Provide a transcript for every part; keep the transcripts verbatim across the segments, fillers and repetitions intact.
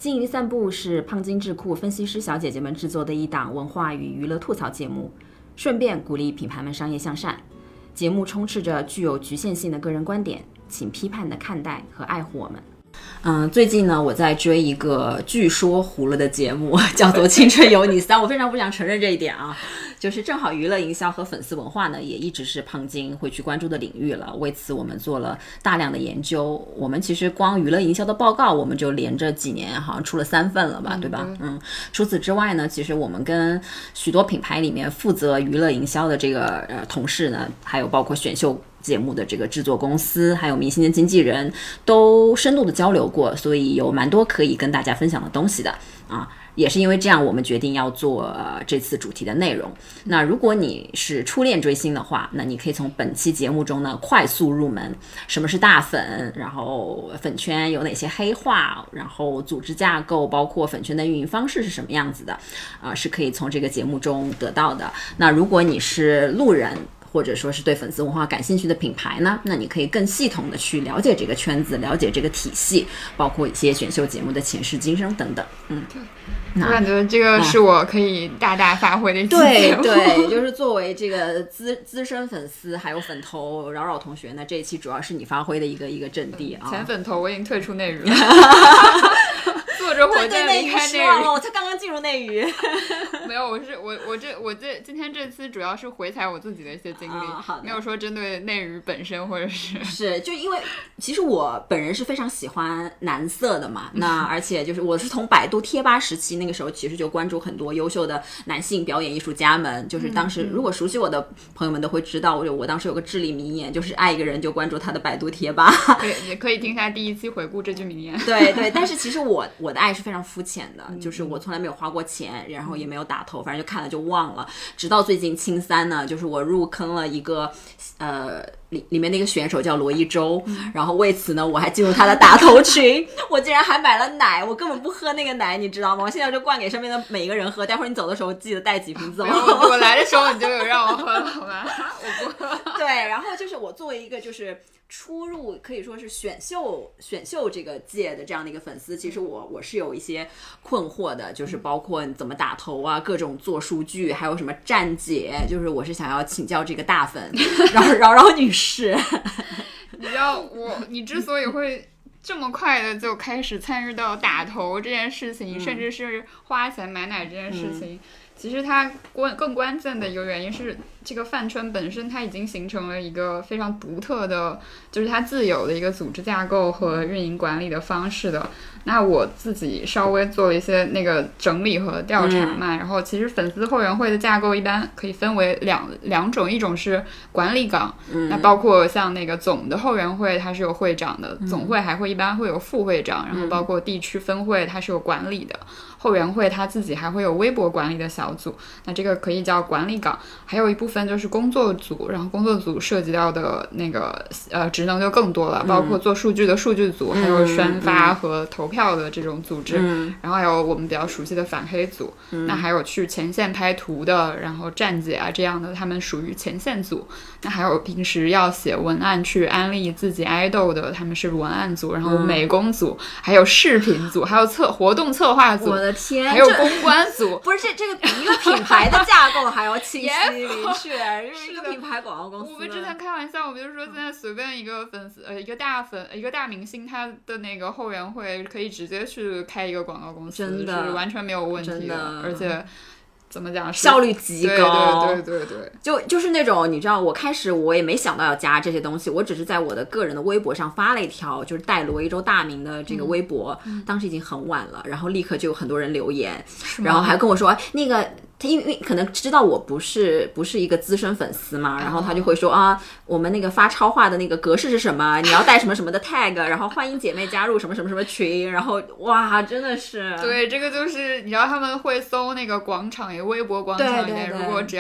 经营散步是胖金智库分析师小姐姐们制作的一档文化与娱乐吐槽节目，顺便鼓励品牌们商业向善。节目充斥着具有局限性的个人观点，请批判地看待和爱护我们。嗯，最近呢，我在追一个据说糊了的节目，叫做《青春有你三》。我非常不想承认这一点啊，就是正好娱乐营销和粉丝文化呢，也一直是胖金会去关注的领域了。为此，我们做了大量的研究。我们其实光娱乐营销的报告，我们就连着几年，好像出了三份了吧，嗯、对吧？嗯。除此之外呢，其实我们跟许多品牌里面负责娱乐营销的这个呃同事呢，还有包括选秀节目的这个制作公司，还有明星的经纪人，都深度的交流过，所以有蛮多可以跟大家分享的东西的啊。也是因为这样，我们决定要做、呃、这次主题的内容。那如果你是初恋追星的话，那你可以从本期节目中呢快速入门，什么是大粉，然后粉圈有哪些黑话，然后组织架构，包括粉圈的运营方式是什么样子的，啊、呃，是可以从这个节目中得到的。那如果你是路人，或者说是对粉丝文化感兴趣的品牌呢，那你可以更系统的去了解这个圈子，了解这个体系，包括一些选秀节目的前世今生等等。嗯， 我感觉这个是我可以大大发挥的一期节目。 对对，就是作为这个资资深粉丝还有粉头扰扰同学呢，这一期主要是你发挥的一个一个阵地啊。 前粉头我已经退出内娱了。坐着火箭离开内娱了，我才刚刚进入内娱。 没有，我是我我这我这今天这次主要是回踩我自己的一些经历， 啊、 没有说针对内娱本身或者是是就因为其实我本人是非常喜欢男色的嘛，那而且就是我是从百度贴吧时期那个时候其实就关注很多优秀的男性表演艺术家们，就是当时、嗯、如果熟悉我的朋友们都会知道，我我当时有个至理名言，就是爱一个人就关注他的百度贴吧。 可以也可以听一下第一期回顾这句名言。 对对，但是其实我我的爱是非常肤浅的，就是我从来没有花过钱，然后也没有打头，反正就看了就忘了。直到最近青三呢，就是我入坑了一个呃里里面那个选手叫罗一舟、嗯、然后为此呢我还进入他的打头群，我竟然还买了奶，我根本不喝那个奶你知道吗？我现在就灌给身边的每一个人喝，待会儿你走的时候记得带几瓶走。 我, 我来的时候你就有让我喝了好吧？我不喝。 对，然后就是我作为一个就是初入可以说是选秀选秀这个界的这样的一个粉丝，其实我我是有一些困惑的，就是包括怎么打头啊，各种做数据，还有什么站姐，就是我是想要请教这个大粉然后扰扰女士。 你知道我你之所以会这么快的就开始参与到打头这件事情、嗯、甚至是花钱买奶这件事情、嗯、其实它关更关键的一个原因是这个饭圈本身它已经形成了一个非常独特的，就是它自有的一个组织架构和运营管理的方式的。那我自己稍微做了一些那个整理和调查嘛、嗯、然后其实粉丝后援会的架构一般可以分为两两种，一种是管理岗、嗯、那包括像那个总的后援会它是有会长的、嗯、总会还会一般会有副会长，然后包括地区分会它是有管理的、嗯、后援会它自己还会有微博管理的小组，那这个可以叫管理岗。还有一部分就是工作组，然后工作组涉及到的那个呃职能就更多了，包括做数据的数据组、嗯、还有宣发和投票的这种组织、嗯、然后还有我们比较熟悉的反黑组、嗯、那还有去前线拍图的，然后站姐啊这样的，他们属于前线组。那还有平时要写文案去安利自己 idol 的，他们是文案组，然后美工组、嗯、还有视频组，还有策活动策划组， 我的天， 还有公关组。 不是这这个比一个品牌的架构还要清晰明确是一个品牌广告公司。 我们之前开玩笑，比如说现在随便一个粉丝呃一个大粉一个大明星，他的那个后援会可以直接去开一个广告公司， 真的是完全没有问题 的, 的而且怎么讲效率极高。 对对对对对， 就就是那种你知道，我开始我也没想到要加这些东西，我只是在我的个人的微博上发了一条就是带罗一舟大名的这个微博、嗯、当时已经很晚了，然后立刻就有很多人留言，然后还跟我说那个他因为可能知道我不是不是一个资深粉丝嘛，然后他就会说啊，我们那个发超话的那个格式是什么，你要带什么什么的 tag 然后欢迎姐妹加入什么什么什么群，然后哇真的是对，这个就是你知道他们会搜那个广场一个微博广场里面，如果只要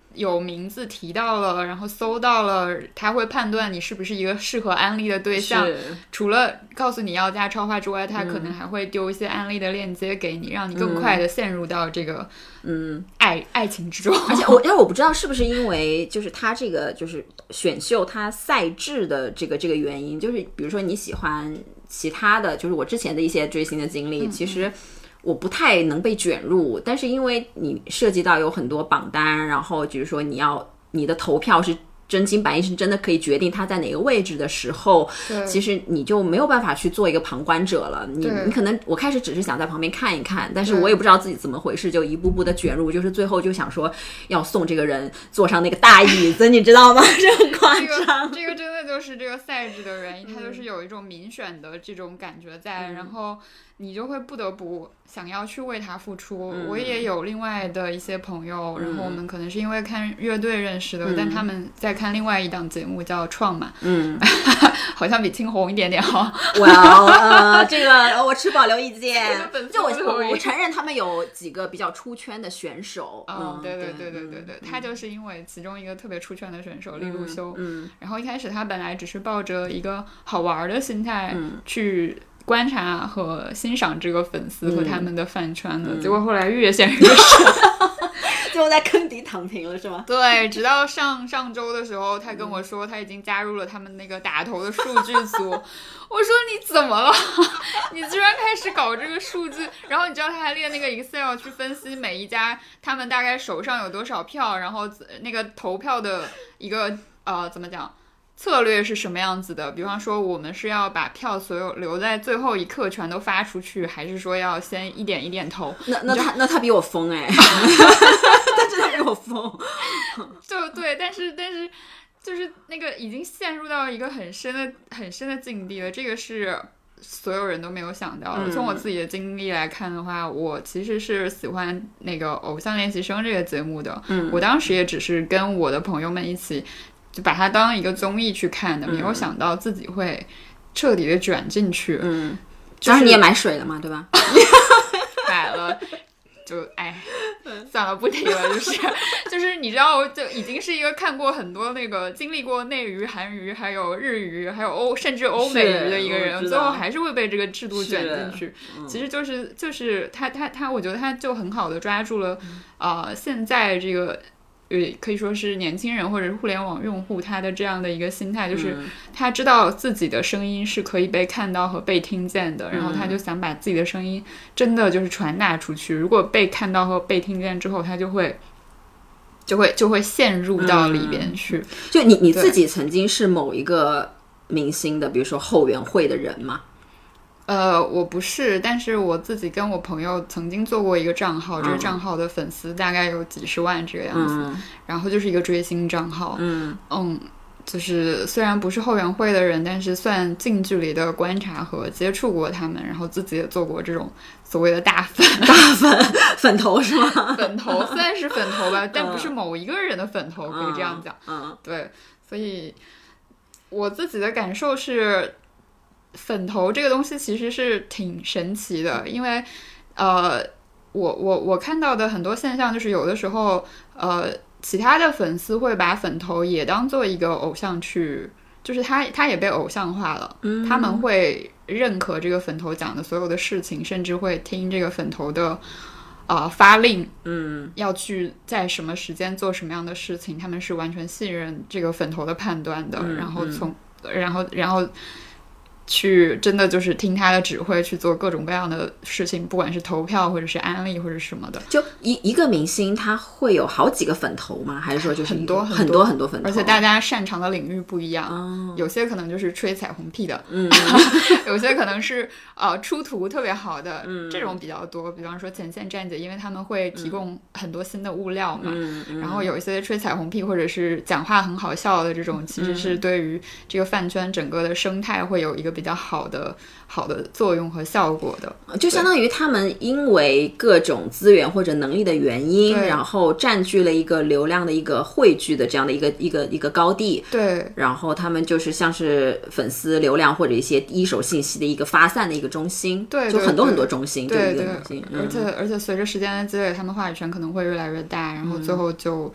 有名字提到了，然后搜到了，他会判断你是不是一个适合安利的对象。除了告诉你要加超话之外，他可能还会丢一些安利的链接给你，让你更快的陷入到这个嗯爱爱情之中。 而且我，因为我不知道是不是因为就是他这个就是选秀他赛制的这个这个原因，就是比如说你喜欢其他的，就是我之前的一些追星的经历，嗯、其实。我不太能被卷入，但是因为你涉及到有很多榜单，然后就是说你要你的投票是真金白银，是真的可以决定他在哪个位置的时候，其实你就没有办法去做一个旁观者了。你你可能我开始只是想在旁边看一看，但是我也不知道自己怎么回事，就一步步的卷入，就是最后就想说要送这个人坐上那个大椅子，你知道吗？这很夸张。 这个、这个真的就是这个赛制的原因，它就是有一种民选的这种感觉在，嗯、然后。你就会不得不想要去为他付出、嗯、我也有另外的一些朋友、嗯、然后我们可能是因为看乐队认识的、嗯、但他们在看另外一档节目叫创嘛，嗯，好像比青红一点点哈。 well, 呃，这个我持保留意见。就我我我承认他们有几个比较出圈的选手。 嗯，对对对对对对，他就是因为其中一个特别出圈的选手利路修、嗯嗯，然后一开始他本来只是抱着一个好玩的心态去。观察和欣赏这个粉丝和他们的饭圈的、嗯、结果后来越陷越深最后在坑底躺平了是吗？ 对，直到上上周的时候他跟我说他已经加入了他们那个打头的数据组我说你怎么了你居然开始搞这个数据，然后你知道他还列那个 Excel 去分析每一家他们大概手上有多少票，然后那个投票的一个呃怎么讲策略是什么样子的，比方说我们是要把票所有留在最后一刻全都发出去，还是说要先一点一点投。 那那他那他比我疯哎他真的比我疯就对，但是但是就是那个已经陷入到一个很深的很深的境地了，这个是所有人都没有想到的、嗯、从我自己的经历来看的话，我其实是喜欢那个偶像练习生这个节目的、嗯、我当时也只是跟我的朋友们一起就把它当一个综艺去看的、嗯、没有想到自己会彻底的卷进去。 嗯，就是、当时你也买水了嘛，对吧？ 买了，就哎，算了，不提了。就是就是你知道，就已经是一个看过很多那个经历过内娱、韩娱，还有日语，还有欧甚至欧美娱的一个人，最后还是会被这个制度卷进去。嗯、其实就是就是他他他，我觉得他就很好的抓住了啊、呃，现在这个。可以说是年轻人或者是互联网用户他的这样的一个心态，就是他知道自己的声音是可以被看到和被听见的、嗯、然后他就想把自己的声音真的就是传达出去，如果被看到和被听见之后他就会就会就会陷入到里边去、嗯、 就你你自己曾经是某一个明星的比如说后援会的人吗？ 呃，我不是，但是我自己跟我朋友曾经做过一个账号、嗯、这个账号的粉丝大概有几十万这个样子、嗯、然后就是一个追星账号。嗯嗯，就是虽然不是后援会的人，但是算近距离的观察和接触过他们，然后自己也做过这种所谓的大粉大粉粉头是吗？ 粉头算是粉头吧、嗯、但不是某一个人的粉头、嗯、可以这样讲。嗯，对，所以我自己的感受是粉头这个东西其实是挺神奇的，因为呃，我我我看到的很多现象就是有的时候呃，其他的粉丝会把粉头也当做一个偶像去，就是他他也被偶像化了、嗯、他们会认可这个粉头讲的所有的事情，甚至会听这个粉头的呃发令，嗯，要去在什么时间做什么样的事情，他们是完全信任这个粉头的判断的、嗯、然后从、嗯、然后然后去真的就是听他的指挥去做各种各样的事情，不管是投票或者是安利或者什么的。 就一一个明星他会有好几个粉头吗？还是说就是很多很多很多粉头？ 而且大家擅长的领域不一样、哦、有些可能就是吹彩虹屁的，嗯有些可能是呃出图特别好的、嗯、这种比较多，比方说前线站姐，因为他们会提供很多新的物料嘛、嗯嗯、然后有一些吹彩虹屁或者是讲话很好笑的这种，其实是对于这个饭圈整个的生态会有一个比较好的好的作用和效果的， 就相当于他们因为各种资源或者能力的原因，然后占据了一个流量的一个汇聚的这样的一个一个一个高地。 对， 然后他们就是像是粉丝流量或者一些一手信息的一个发散的一个中心。 对， 就很多很多中心。 对对， 中心而且、嗯、而且随着时间的积累，他们话语权可能会越来越大，然后最后就。嗯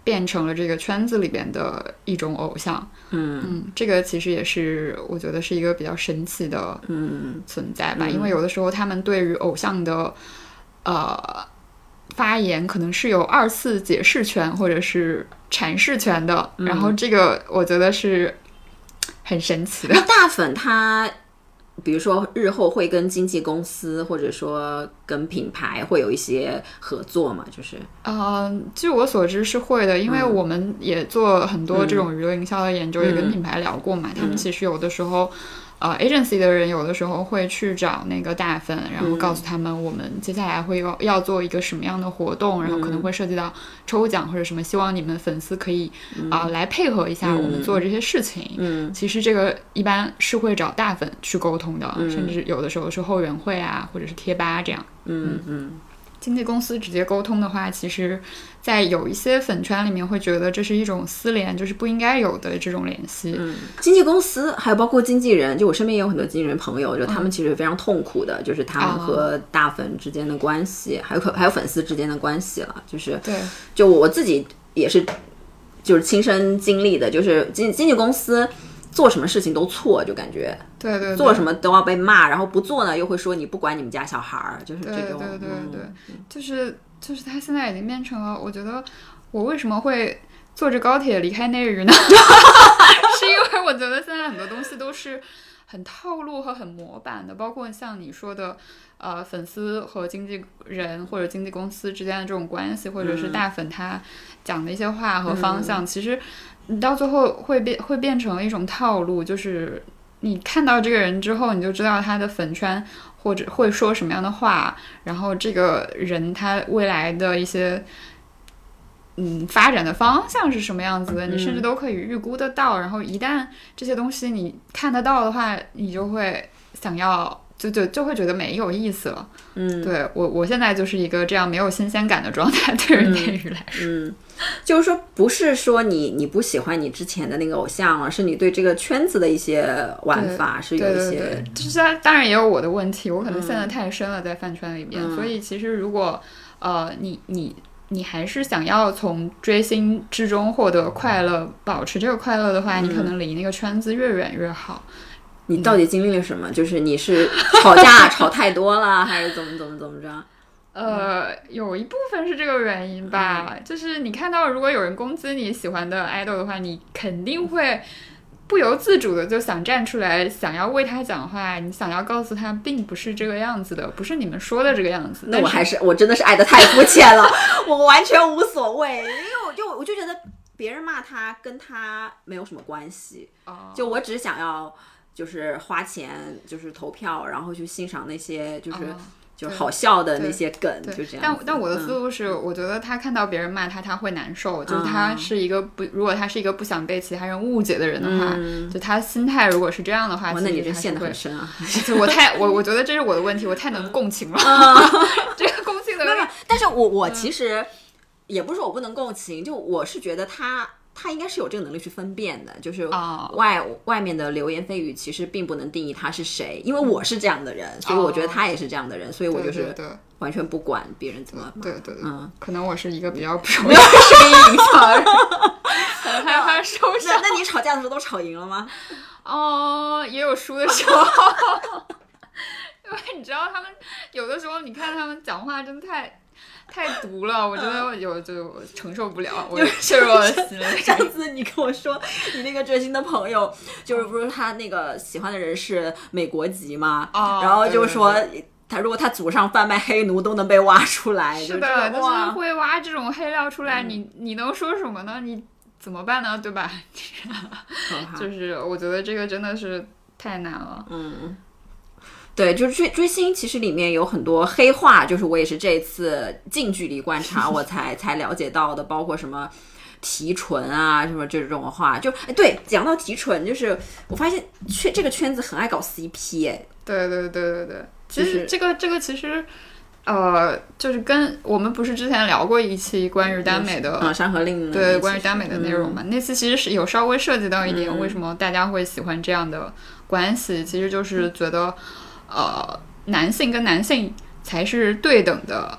变成了这个圈子里边的一种偶像。 嗯嗯，这个其实也是我觉得是一个比较神奇的嗯存在吧， 嗯因为有的时候他们对于偶像的呃发言可能是有二次解释权或者是阐释权的， 嗯然后这个我觉得是很神奇的。 那大粉他比如说日后会跟经纪公司或者说跟品牌会有一些合作嘛？就是呃，据我所知是会的，因为我们也做很多这种娱乐营销的研究， 嗯、 也跟品牌聊过嘛、 嗯、 他们其实有的时候呃 agency 的人有的时候会去找那个大粉，然后告诉他们我们接下来会要要做一个什么样的活动、嗯、然后可能会涉及到抽奖或者什么，希望你们粉丝可以啊、嗯呃、来配合一下我们做这些事情。 嗯， 其实这个一般是会找大粉去沟通的、 嗯、 甚至有的时候是后援会啊或者是贴吧这样。 嗯嗯， 经纪公司直接沟通的话，其实在有一些粉圈里面会觉得这是一种私联，就是不应该有的这种联系。 嗯，经纪公司还有包括经纪人，就我身边也有很多经纪人朋友，就他们其实非常痛苦的、嗯、就是他们和大粉之间的关系、哦、还有还有粉丝之间的关系了。就是对， 就我自己也是就是亲身经历的，就是经经纪公司做什么事情都错，就感觉对 对, 对做什么都要被骂，然后不做呢又会说你不管你们家小孩儿，就是这种。 对对对对、 嗯、 就是就是他现在已经变成了，我觉得我为什么会坐着高铁离开内娱呢？是因为我觉得现在很多东西都是很套路和很模板的，包括像你说的呃，粉丝和经纪人或者经纪公司之间的这种关系，或者是大粉他讲的一些话和方向、嗯、其实你到最后会变会变成一种套路，就是你看到这个人之后，你就知道他的粉圈或者会说什么样的话，然后这个人他未来的一些嗯发展的方向是什么样子的，你甚至都可以预估得到、嗯、然后一旦这些东西你看得到的话，你就会想要就就就会觉得没有意思了。嗯，对，我我现在就是一个这样没有新鲜感的状态，对于内娱来说。 嗯，嗯就是说不是说你你不喜欢你之前的那个偶像了，是你对这个圈子的一些玩法是有一些， 对对对，就是当然也有我的问题，我可能陷得太深了在饭圈里面、嗯、所以其实如果呃你你你还是想要从追星之中获得快乐，保持这个快乐的话、嗯、你可能离那个圈子越远越好。 你到底经历了什么、嗯、就是你是吵架吵太多了还是怎么怎么怎么着？ 呃，有一部分是这个原因吧、嗯、就是你看到如果有人攻击你喜欢的 idol 的话，你肯定会不由自主的就想站出来，想要为他讲话，你想要告诉他并不是这个样子的，不是你们说的这个样子。 那我还是我真的是爱得太肤浅了我完全无所谓，因为我就我就觉得别人骂他跟他没有什么关系、哦、就我只是想要就是花钱就是投票，然后去欣赏那些就是、哦就好笑的那些梗，就这样。 但但我的思路是、嗯，我觉得他看到别人骂他，他会难受。就是他是一个不，如果他是一个不想被其他人误解的人的话，嗯、就他心态如果是这样的话， 那你这陷得很深啊！ 就我太我我觉得这是我的问题，我太能共情了。嗯、这个共情的问题。 但是我我其实也不是说我不能共情，就我是觉得他。他应该是有这个能力去分辨的，就是外、oh. 外面的流言蜚语其实并不能定义他是谁，因为我是这样的人，所以我觉得他也是这样的人， oh. 所以我就是完全不管别人怎么对对对， 嗯， 可能我是一个比较不容易被声音影响的人，很害怕受伤。 那你吵架的时候都吵赢了吗？ 哦、oh, 也有输的时候因为你知道他们有的时候你看他们讲话真的太太毒了，我觉得有就承受不了，我陷入我的心了。 上次你跟我说你那个追星的朋友，就是不是他那个喜欢的人是美国籍嘛、哦、然后就说对对对，他如果他祖上贩卖黑奴都能被挖出来。 是的，就是会挖这种黑料出来、嗯、你你能说什么呢？你怎么办呢？对吧就是我觉得这个真的是太难了。嗯， 对，就是追追星其实里面有很多黑话，就是我也是这次近距离观察我才才了解到的，包括什么提纯啊什么这种话。就哎，对，讲到提纯，就是我发现圈这个圈子很爱搞 C P 哎。 对对对对对，其实这个、就是、这个其实呃，就是跟我们不是之前聊过一期关于耽美的、 嗯、山河令的对关于耽美的内容嘛、 嗯？ 那次其实是有稍微涉及到一点、嗯、为什么大家会喜欢这样的关系，其实就是觉得。呃，男性跟男性才是对等的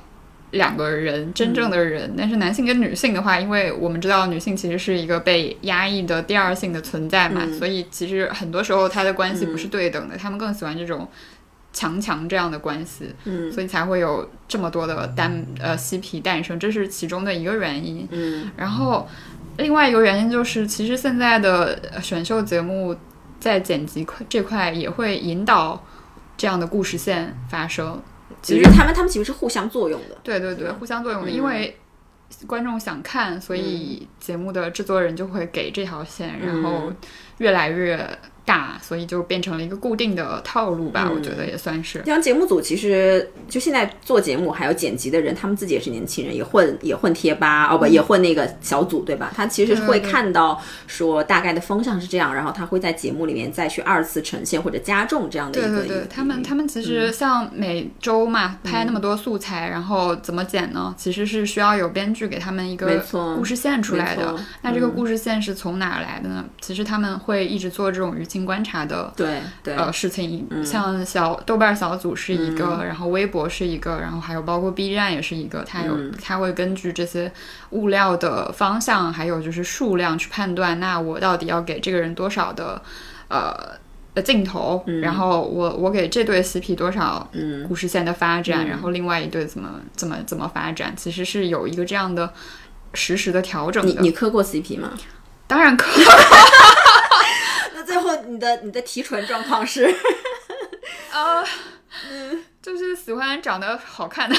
两个人真正的人、嗯、但是男性跟女性的话，因为我们知道女性其实是一个被压抑的第二性的存在嘛、嗯、所以其实很多时候他的关系不是对等的、嗯、他们更喜欢这种强强这样的关系、嗯、所以才会有这么多的单呃嬉皮诞生，这是其中的一个原因。嗯，然后另外一个原因就是其实现在的选秀节目在剪辑这块也会引导这样的故事线发生， 其实他们他们其实是互相作用的。 对对对，互相作用的、嗯、因为观众想看，所以节目的制作人就会给这条线、嗯、然后越来越大，所以就变成了一个固定的套路吧、嗯、我觉得也算是。 像节目组其实就现在做节目还有剪辑的人，他们自己也是年轻人，也混也混贴吧、嗯、哦不也混那个小组对吧，他其实会看到说大概的风向是这样，然后他会在节目里面再去二次呈现或者加重这样的一个。 对对对，他们他们其实像每周嘛、嗯、拍那么多素材，然后怎么剪呢，其实是需要有编剧给他们一个故事线出来的。那这个故事线是从哪来的呢、嗯、其实他们会一直做这种舆情观察的对对呃事情、嗯、像小豆瓣小组是一个、嗯、然后微博是一个，然后还有包括 B 站也是一个，它有、嗯、它会根据这些物料的方向还有就是数量去判断，那我到底要给这个人多少的呃镜头、嗯、然后我我给这对 C P 多少故事线的发展、嗯、然后另外一对怎么怎么怎么发展，其实是有一个这样的实时的调整的。 你你磕过 C P 吗？ 当然磕那最后你的你的提纯状况是呃嗯，就是喜欢长得好看的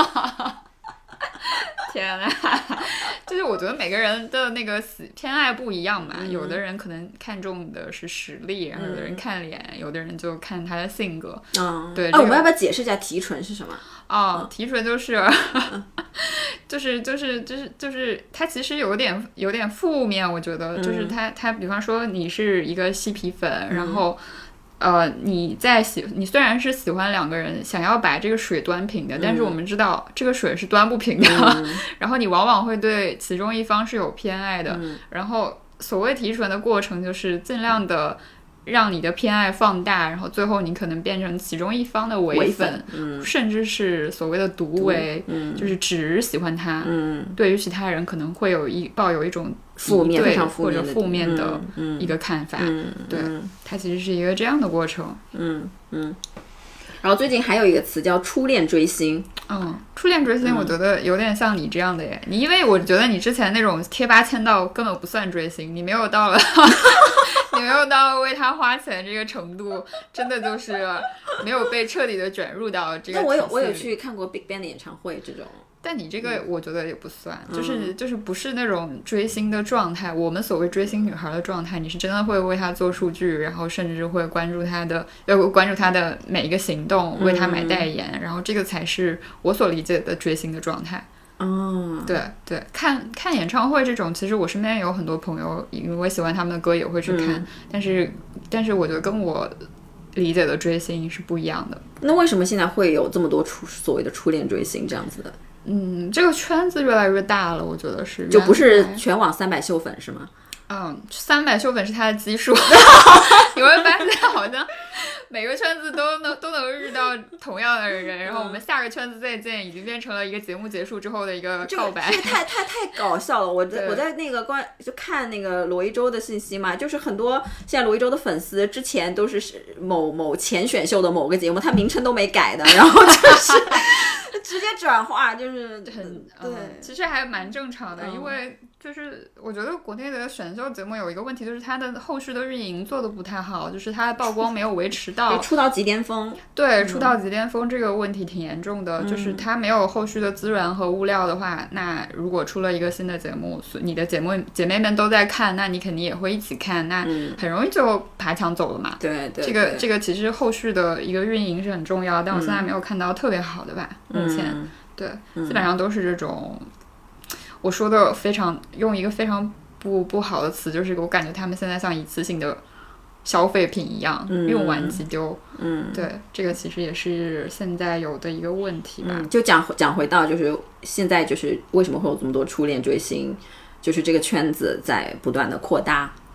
天哪，就是我觉得每个人的那个偏爱不一样嘛、嗯、有的人可能看重的是实力，然后有的人看脸、嗯、有的人就看他的性格。嗯，对、 这个啊、我们要不要解释一下提纯是什么？ 哦，提纯就是就是就是就是就是它其实有点有点负面，我觉得就是它它比方说你是一个嬉皮粉、嗯、然后呃，你在喜，你虽然是喜欢两个人，想要把这个水端平的，嗯、但是我们知道这个水是端不平的，嗯、然后你往往会对其中一方是有偏爱的。嗯、然后所谓提纯的过程，就是尽量的让你的偏爱放大，然后最后你可能变成其中一方的伪粉，嗯、甚至是所谓的独唯，嗯、就是只喜欢他。嗯、对于其他人可能会有一抱有一种负面非常负面或者负面的一个看法。嗯嗯、对、嗯，它其实是一个这样的过程。 嗯嗯。然后最近还有一个词叫初恋追星。 嗯，初恋追星我觉得有点像你这样的耶。嗯、你因为我觉得你之前那种贴吧签到根本不算追星，你没有到了你没有到了为他花钱这个程度，真的就是没有被彻底的卷入到这个。 但我有我有去看过 BigBang 的演唱会这种。 但你这个我觉得也不算、嗯、就是就是不是那种追星的状态。我们所谓追星女孩的状态，你是真的会为她做数据，然后甚至会关注她的要关注她的每一个行动，为她买代言、嗯、然后这个才是我所理解的追星的状态。 嗯， 对对，看看演唱会这种，其实我身边有很多朋友因为我喜欢他们的歌也会去看、嗯、但是但是我觉得跟我理解的追星是不一样的。 那为什么现在会有这么多初所谓的初恋追星这样子的？ 嗯，这个圈子越来越大了，我觉得是， 就不是全网三百秀粉是吗？ 嗯，三百秀粉是它的基数，你会发现好像每个圈子都能都能遇到同样的人，然后我们下个圈子再见已经变成了一个节目结束之后的一个告白， 这个太太太搞笑了。我在我在那个关就看那个罗一舟的信息嘛，就是很多现在罗一舟的粉丝之前都是某某前选秀的某个节目，他名称都没改的，然后就是直接转化，就是很对、 嗯，其实还蛮正常的、嗯，因为就是我觉得国内的选秀节目有一个问题，就是它的后续的运营做的不太好，就是它的曝光没有维持到出道即巅峰。 对，出道即巅峰这个问题挺严重的、嗯、就是它没有后续的资源和物料的话，那如果出了一个新的节目，你的姐妹姐妹们都在看，那你肯定也会一起看，那很容易就爬墙走了嘛。 对、嗯、对， 这个这个其实后续的一个运营是很重要，但我现在没有看到特别好的吧，目前、嗯、对、嗯，基本上都是这种。我说的非常用一个非常不不好的词，就是我感觉他们现在像一次性的消费品一样、嗯、用完即丢。嗯，对，这个其实也是现在有的一个问题吧。 嗯、就讲讲回到就是现在就是为什么会有这么多初恋追星，就是这个圈子在不断的扩大。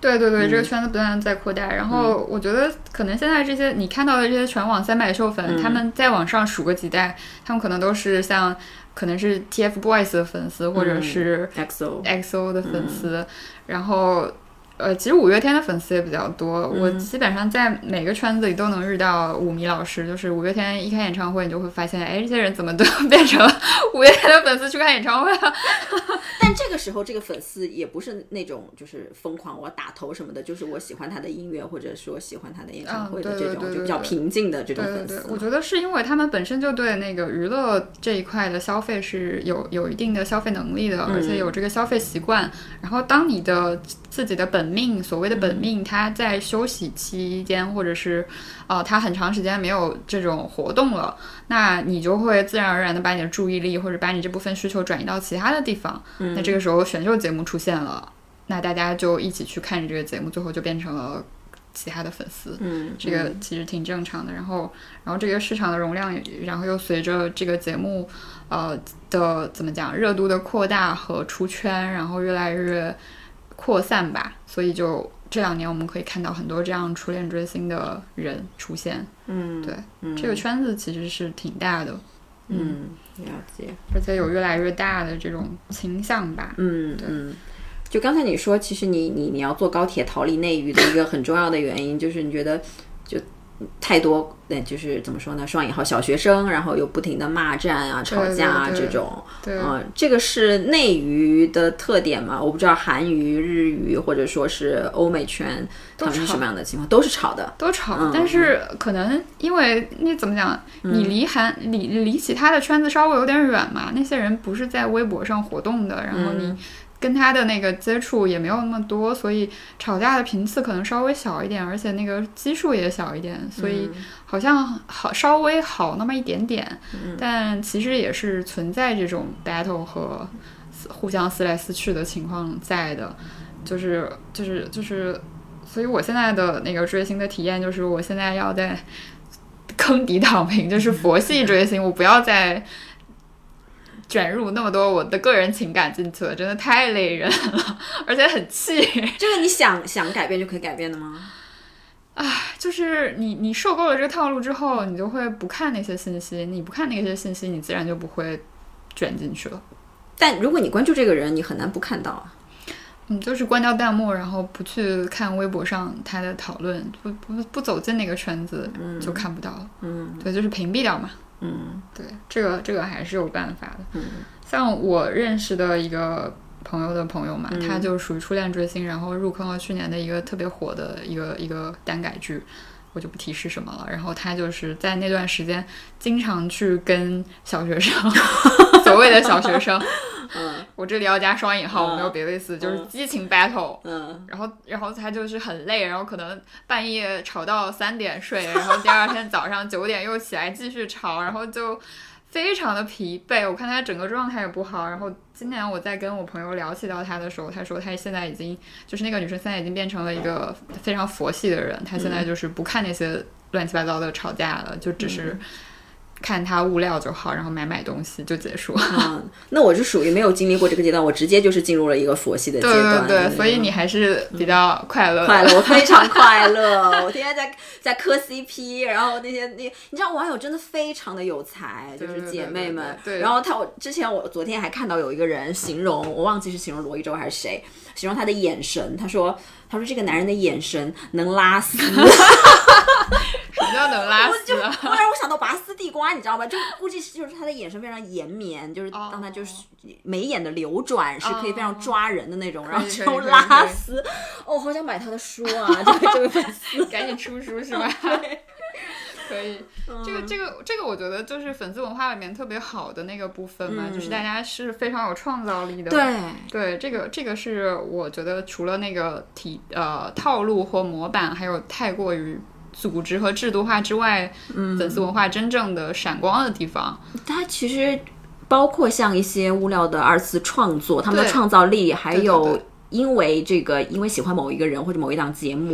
对对对，嗯、这个圈子不断的在扩大。然后我觉得可能现在这些你看到的这些全网三百秀粉，嗯、他们再往上数个几代，他们可能都是像可能是 T F BOYS 的粉丝，或者是 X O X O 的粉丝，嗯、然后。呃，其实五月天的粉丝也比较多，嗯、我基本上在每个圈子里都能遇到五迷老师。就是五月天一开演唱会，你就会发现，哎，这些人怎么都变成五月天的粉丝去看演唱会了？ 但这个时候，这个粉丝也不是那种就是疯狂我打头什么的，就是我喜欢他的音乐，或者说喜欢他的演唱会的这种，就比较平静的这种粉丝。 对对对，我觉得是因为他们本身就对那个娱乐这一块的消费是有有一定的消费能力的，而且有这个消费习惯。嗯、然后当你的自己的本命，所谓的本命，他在休息期间，或者是呃，他很长时间没有这种活动了，那你就会自然而然的把你的注意力或者把你这部分需求转移到其他的地方。嗯、那这个时候选秀节目出现了，那大家就一起去看着这个节目，最后就变成了其他的粉丝。嗯，这个其实挺正常的。然后，然后这个市场的容量，然后又随着这个节目呃的怎么讲热度的扩大和出圈，然后越来越扩散吧，所以就这两年我们可以看到很多这样初恋追星的人出现。嗯，对，嗯、这个圈子其实是挺大的。 嗯，了解。 而且有越来越大的这种倾向吧。 嗯， 对。 嗯，就刚才你说，其实你你你要坐高铁逃离内娱的一个很重要的原因，就是你觉得就太多，就是怎么说呢，双引号小学生，然后又不停的骂战啊、吵架啊这种， 对， 嗯、呃，这个是内娱的特点嘛？我不知道韩娱、日语或者说是欧美圈，他们是什么样的情况？都是吵的， 都吵。嗯、但是可能因为你怎么讲，你离韩离离其他的圈子稍微有点远嘛，那些人不是在微博上活动的，然后你。嗯跟他的那个接触也没有那么多，所以吵架的频次可能稍微小一点，而且那个基数也小一点，所以好像好稍微好那么一点点，嗯、但其实也是存在这种 battle 和互相撕来撕去的情况在的，就是就是就是，所以我现在的那个追星的体验就是，我现在要在坑底躺平，就是佛系追星，我不要再卷入那么多我的个人情感进去了，真的太累人了，而且很气。 这个你想想改变就可以改变的吗？ 唉，就是你你受够了这个套路之后，你就会不看那些信息，你不看那些信息，你自然就不会卷进去了。 但如果你关注这个人，你很难不看到啊。 嗯，就是关掉弹幕，然后不去看微博上他的讨论，不不不走进那个圈子，嗯、就看不到了。嗯，对，就是屏蔽掉嘛。嗯，对，这个这个还是有办法的。嗯，像我认识的一个朋友的朋友嘛，嗯、他就属于初恋追星，然后入坑了去年的一个特别火的一个一个耽改剧，我就不提是什么了。然后他就是在那段时间经常去跟小学生，所谓的小学生。嗯，我这里要加双引号，我没有别的意思，嗯、就是激情 battle。嗯，然后然后他就是很累，然后可能半夜吵到三点睡，然后第二天早上九点又起来继续吵，然后就非常的疲惫。我看他整个状态也不好。然后今年我在跟我朋友聊起到他的时候，他说他现在已经就是那个女生现在已经变成了一个非常佛系的人，他现在就是不看那些乱七八糟的吵架了，就只是。看他物料就好，然后买买东西就结束。 嗯，那我是属于没有经历过这个阶段，我直接就是进入了一个佛系的阶段。 对对对，所以你还是比较快乐的。 嗯、快乐，我非常快乐。我天天在在磕 C P， 然后那些那你知道网友真的非常的有才，就是姐妹们。 对, 对, 对, 对, 对。 然后他我之前我昨天还看到有一个人形容，我忘记是形容罗一舟还是谁，形容他的眼神，他说他说这个男人的眼神能拉丝。 什么叫能拉丝啊？ 我让我想到拔丝地瓜，你知道吧？就估计就是他的眼神非常延绵，就是当他就是眉眼的流转是可以非常抓人的那种， oh. 然后这种拉丝，哦，好想买他的书啊！这位这位粉丝， 赶紧出书是吧？可以，这个这个这个，我觉得就是粉丝文化里面特别好的那个部分嘛，嗯、就是大家是非常有创造力的。 对对，这个这个是我觉得除了那个体呃套路或模板，还有太过于组织和制度化之外，嗯、粉丝文化真正的闪光的地方， 它其实包括像一些物料的二次创作，他们的创造力，还有因为这个因为喜欢某一个人或者某一档节目。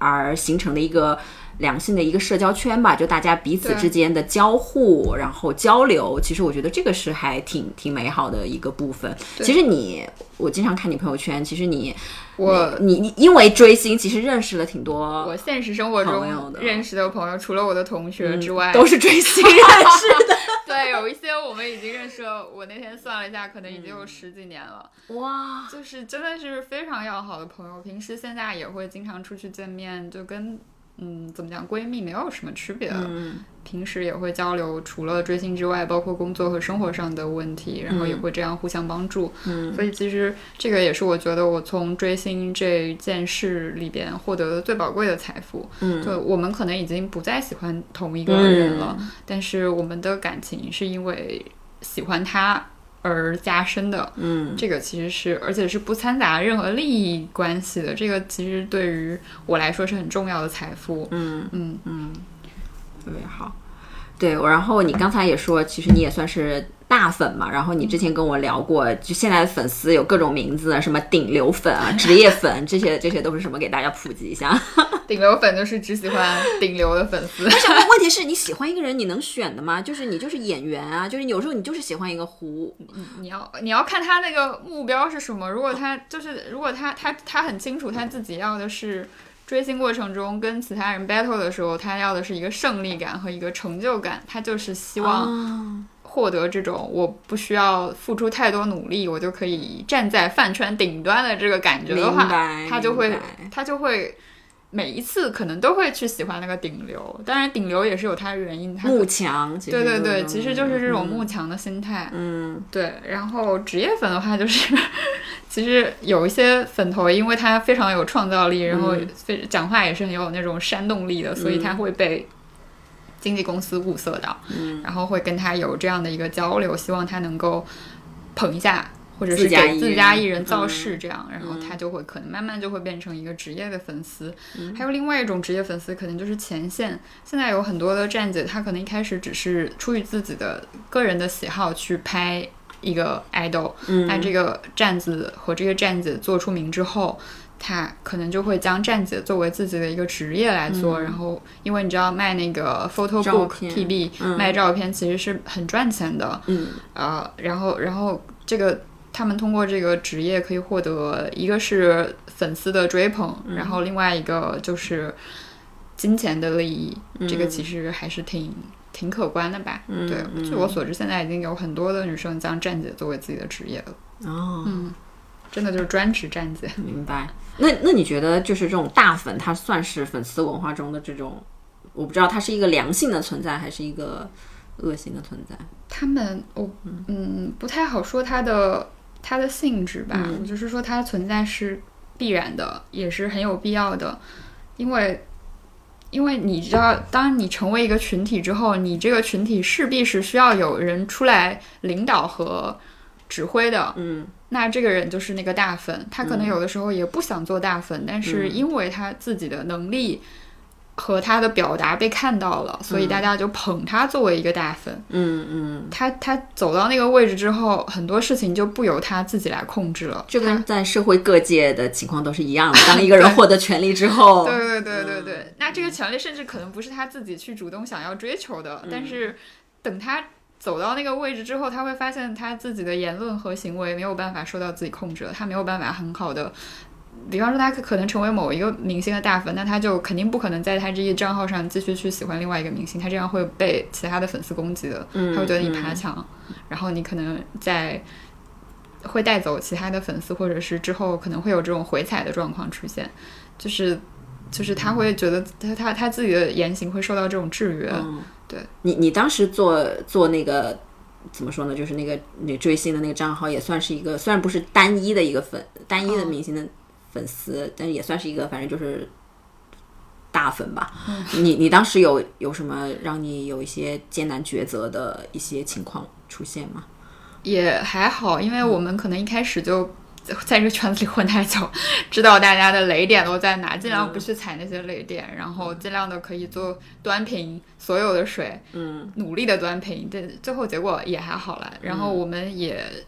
而形成的一个良性的一个社交圈吧，就大家彼此之间的交互然后交流，其实我觉得这个是还挺挺美好的一个部分。其实你我经常看你朋友圈，其实你我你你因为追星其实认识了挺多我现实生活中认识的朋友，除了我的同学之外、 嗯、都是追星认识的对，有一些我们已经认识了，我那天算了一下可能已经有十几年了、 嗯、哇， 就是真的是非常要好的朋友，平时现在也会经常出去见面，就跟嗯，怎么讲，闺蜜没有什么区别的、嗯、平时也会交流，除了追星之外包括工作和生活上的问题，然后也会这样互相帮助、嗯、所以其实这个也是我觉得我从追星这件事里边获得的最宝贵的财富。嗯，就我们可能已经不再喜欢同一个人了、嗯、但是我们的感情是因为喜欢他而加深的，嗯，这个其实是，而且是不掺杂任何利益关系的，这个其实对于我来说是很重要的财富。 嗯嗯嗯，特别好。对，然后你刚才也说，其实你也算是大粉嘛，然后你之前跟我聊过，就现在的粉丝有各种名字，什么顶流粉啊、职业粉，这些这些都是什么？给大家普及一下。 顶流粉就是只喜欢顶流的粉丝。 但是问题是你喜欢一个人，你能选的吗？就是你就是演员啊，就是有时候你就是喜欢一个胡， 你你要你要看他那个目标是什么。如果他就是如果他他他很清楚他自己要的是。追星过程中跟其他人 battle 的时候，他要的是一个胜利感和一个成就感，他就是希望获得这种我不需要付出太多努力我就可以站在饭圈顶端的这个感觉的话，他就会他就会每一次可能都会去喜欢那个顶流。当然顶流也是有他的原因，他慕强， 对对对，其实就是这种慕强的心态。嗯，对。然后职业粉的话就是其实有一些粉头因为他非常有创造力，然后讲话也是很有那种煽动力的、嗯、所以他会被经纪公司物色到、嗯、然后会跟他有这样的一个交流，希望他能够捧一下或者是给自家艺人造势这样、嗯、然后他就会可能慢慢就会变成一个职业的粉丝、嗯、还有另外一种职业粉丝可能就是前线。现在有很多的站姐他可能一开始只是出于自己的个人的喜好去拍一个 idol， 那、嗯、这个站子和这个站姐做出名之后，他可能就会将站姐作为自己的一个职业来做、嗯、然后因为你知道卖那个 photo book P B、嗯、卖照片其实是很赚钱的。嗯，呃，然后然后这个他们通过这个职业可以获得一个是粉丝的追捧、嗯、然后另外一个就是金钱的利益、嗯、这个其实还是挺挺可观的吧。嗯，对，据我所知现在已经有很多的女生将站姐作为自己的职业了。哦，嗯，真的就是专职站姐。 明白。那那你觉得就是这种大粉它算是粉丝文化中的这种，我不知道它是一个良性的存在还是一个恶性的存在？ 他们我嗯不太好说它的它的性质吧、嗯、我就是说它存在是必然的，也是很有必要的。因为因为你知道当你成为一个群体之后，你这个群体势必是需要有人出来领导和指挥的。嗯，那这个人就是那个大粉，他可能有的时候也不想做大粉、嗯、但是因为他自己的能力和他的表达被看到了、嗯、所以大家就捧他作为一个大粉。嗯嗯，他他走到那个位置之后，很多事情就不由他自己来控制了。 这跟在社会各界的情况都是一样的。当一个人获得权力之后对对对对对、嗯、那这个权力甚至可能不是他自己去主动想要追求的、嗯、但是等他走到那个位置之后，他会发现他自己的言论和行为没有办法受到自己控制了，他没有办法很好的，比方说他可能成为某一个明星的大粉，那他就肯定不可能在他这一账号上继续去喜欢另外一个明星，他这样会被其他的粉丝攻击的。他会觉得你爬墙、嗯、然后你可能在会带走其他的粉丝，或者是之后可能会有这种回踩的状况出现，就是就是他会觉得他他他自己的言行会受到这种制约。嗯，对。 你你当时做做那个怎么说呢，就是那个你追星的那个账号也算是一个，虽然不是单一的一个粉单一的明星的粉丝、哦、但是也算是一个反正就是大粉吧。嗯、你你当时有有什么让你有一些艰难抉择的一些情况出现吗？ 也还好，因为我们可能一开始就在这个圈子里混太久，知道大家的雷点都在哪，尽量不去踩那些雷点、嗯、然后尽量的可以做端平所有的水，嗯，努力的端平，这最后结果也还好了。然后我们也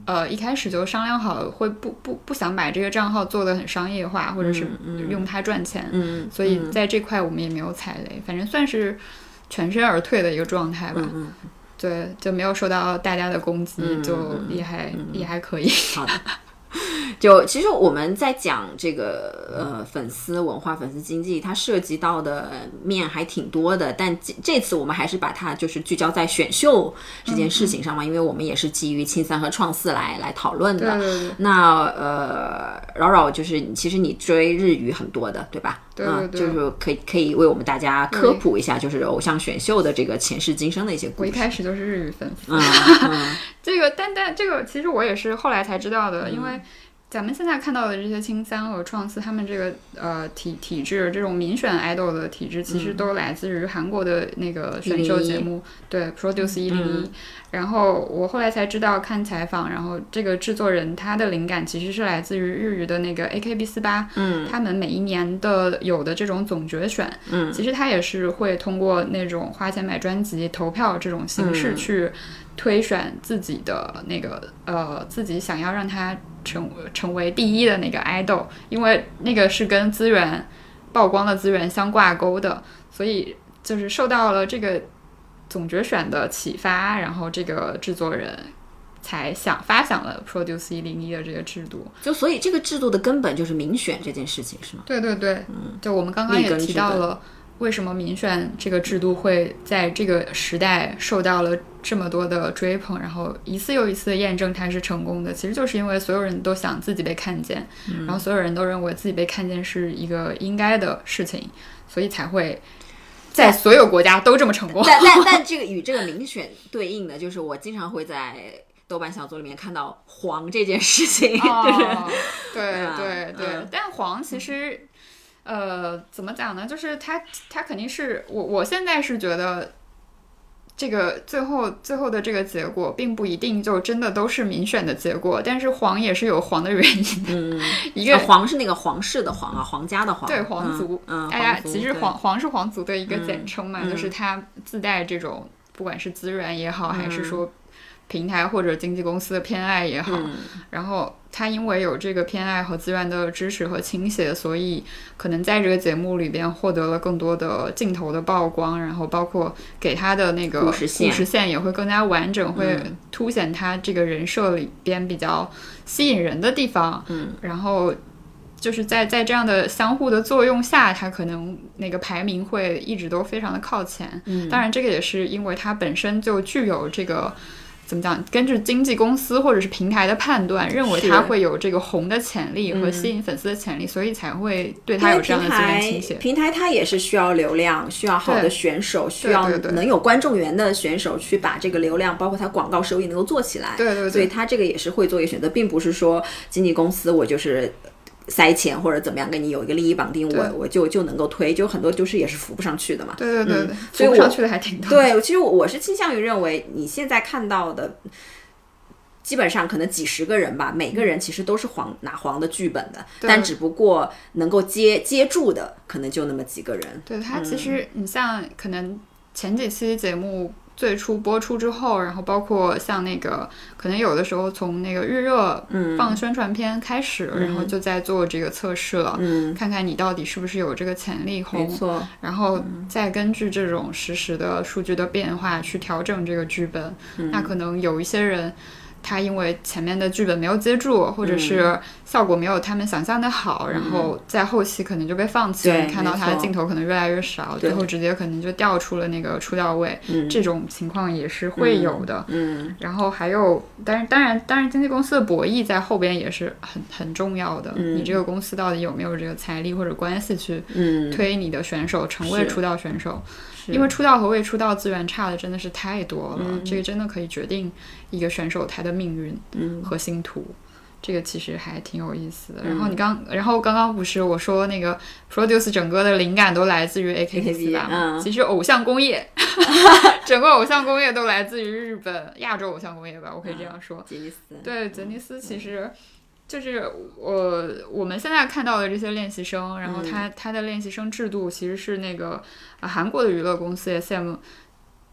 呃一开始就商量好会不不不想把这个账号做得很商业化，或者是用它赚钱， 嗯， 所以在这块我们也没有踩雷，反正算是全身而退的一个状态吧。 嗯， 对，就没有受到大家的攻击， 嗯、 就也还、嗯、也还可以。 好的。就其实我们在讲这个呃粉丝文化、粉丝经济，它涉及到的面还挺多的。但这次我们还是把它就是聚焦在选秀这件事情上嘛，嗯、因为我们也是基于青三和创四来来讨论的。 对对对。 那呃，扰扰就是其实你追日语很多的，对吧？ 对对对。 嗯、就是可以可以为我们大家科普一下，就是偶像选秀的这个前世今生的一些故事。 我一开始就是日语粉丝。 嗯嗯、 这个但但这个其实我也是后来才知道的，嗯、因为。咱们现在看到的这些青三和创四，他们这个呃体体制，这种民选 idol 的体制，其实都来自于韩国的那个选秀节目，嗯、对 Produce 一零一。然后我后来才知道，看采访，然后这个制作人他的灵感其实是来自于日语的那个 A K B 四十八，嗯，他们每一年的有的这种总决选，嗯，其实他也是会通过那种花钱买专辑、投票这种形式去推选自己的那个呃自己想要让他成成为第一的那个 idol， 因为那个是跟资源曝光的资源相挂钩的，所以就是受到了这个总决选的启发，然后这个制作人才想发想了 Produce 一零一的这个制度。 就所以这个制度的根本就是民选这件事情，是吗？ 对对对，嗯，就我们刚刚也提到了为什么民选这个制度会在这个时代受到了这么多的追捧，然后一次又一次的验证它是成功的，其实就是因为所有人都想自己被看见，嗯、然后所有人都认为自己被看见是一个应该的事情，所以才会在所有国家都这么成功。 但但但这个与这个民选对应的就是我经常会在豆瓣小组里面看到黄这件事情。 哦、对对对、嗯、但黄其实、嗯、呃怎么讲呢，就是它它肯定是我我现在是觉得这个最后最后的这个结果并不一定就真的都是民选的结果，但是黄也是有黄的原因的。 嗯， 一个、 啊、黄是那个皇室的黄啊，皇家的黄。 对，皇族。 嗯， 大家其实黄黄是皇族的一个简称嘛、嗯，就是它自带这种不管是资源也好、嗯，还是说平台或者经纪公司的偏爱也好、嗯、然后他因为有这个偏爱和资源的支持和倾斜，所以可能在这个节目里边获得了更多的镜头的曝光，然后包括给他的那个故事线故事线也会更加完整、嗯、会凸显他这个人设里边比较吸引人的地方。 嗯， 然后就是在在这样的相互的作用下，他可能那个排名会一直都非常的靠前。 嗯， 当然这个也是因为他本身就具有这个怎么讲，根据经纪公司或者是平台的判断，认为他会有这个红的潜力和吸引粉丝的潜力、嗯、所以才会对他有这样的资源倾斜。 平台它也是需要流量，需要好的选手，需要能有观众缘的选手去把这个流量包括他广告收益能够做起来。 对对对， 所以他这个也是会做一个选择，并不是说经纪公司我就是塞钱或者怎么样跟你有一个利益绑定，我我就就能够推，就很多就是也是扶不上去的嘛。 对对对对、嗯， 所以扶不上去的还挺多。 对，其实我是倾向于认为你现在看到的基本上可能几十个人吧，每个人其实都是黄拿黄的剧本的，但只不过能够接接住的可能就那么几个人。 对，他其实你像可能前几期节目最初播出之后，然后包括像那个可能有的时候从那个预热放宣传片开始、嗯、然后就在做这个测试了、嗯、看看你到底是不是有这个潜力红， 没错， 然后再根据这种实时的数据的变化去调整这个剧本、嗯、那可能有一些人他因为前面的剧本没有接住，或者是效果没有他们想象的好、嗯、然后在后期可能就被放弃了，看到他的镜头可能越来越少，最后直接可能就调出了那个出道位、嗯、这种情况也是会有的。 嗯，嗯然后还有当然当然当然经纪公司的博弈在后边也是很很重要的、嗯、你这个公司到底有没有这个财力或者关系去推你的选手成为出道选手，因为出道和未出道资源差的真的是太多了、嗯、这个真的可以决定一个选手他的命运和星途、嗯、这个其实还挺有意思的、嗯、然后你刚然后刚刚不是我说那个 Produce 整个的灵感都来自于 A K B 四十八、嗯、其实偶像工业整个偶像工业都来自于日本亚洲偶像工业吧，我可以这样说、 嗯、杰尼斯， 对，杰尼斯其实就是我我们现在看到的这些练习生，然后他、嗯、他的练习生制度其实是那个、呃、韩国的娱乐公司 S M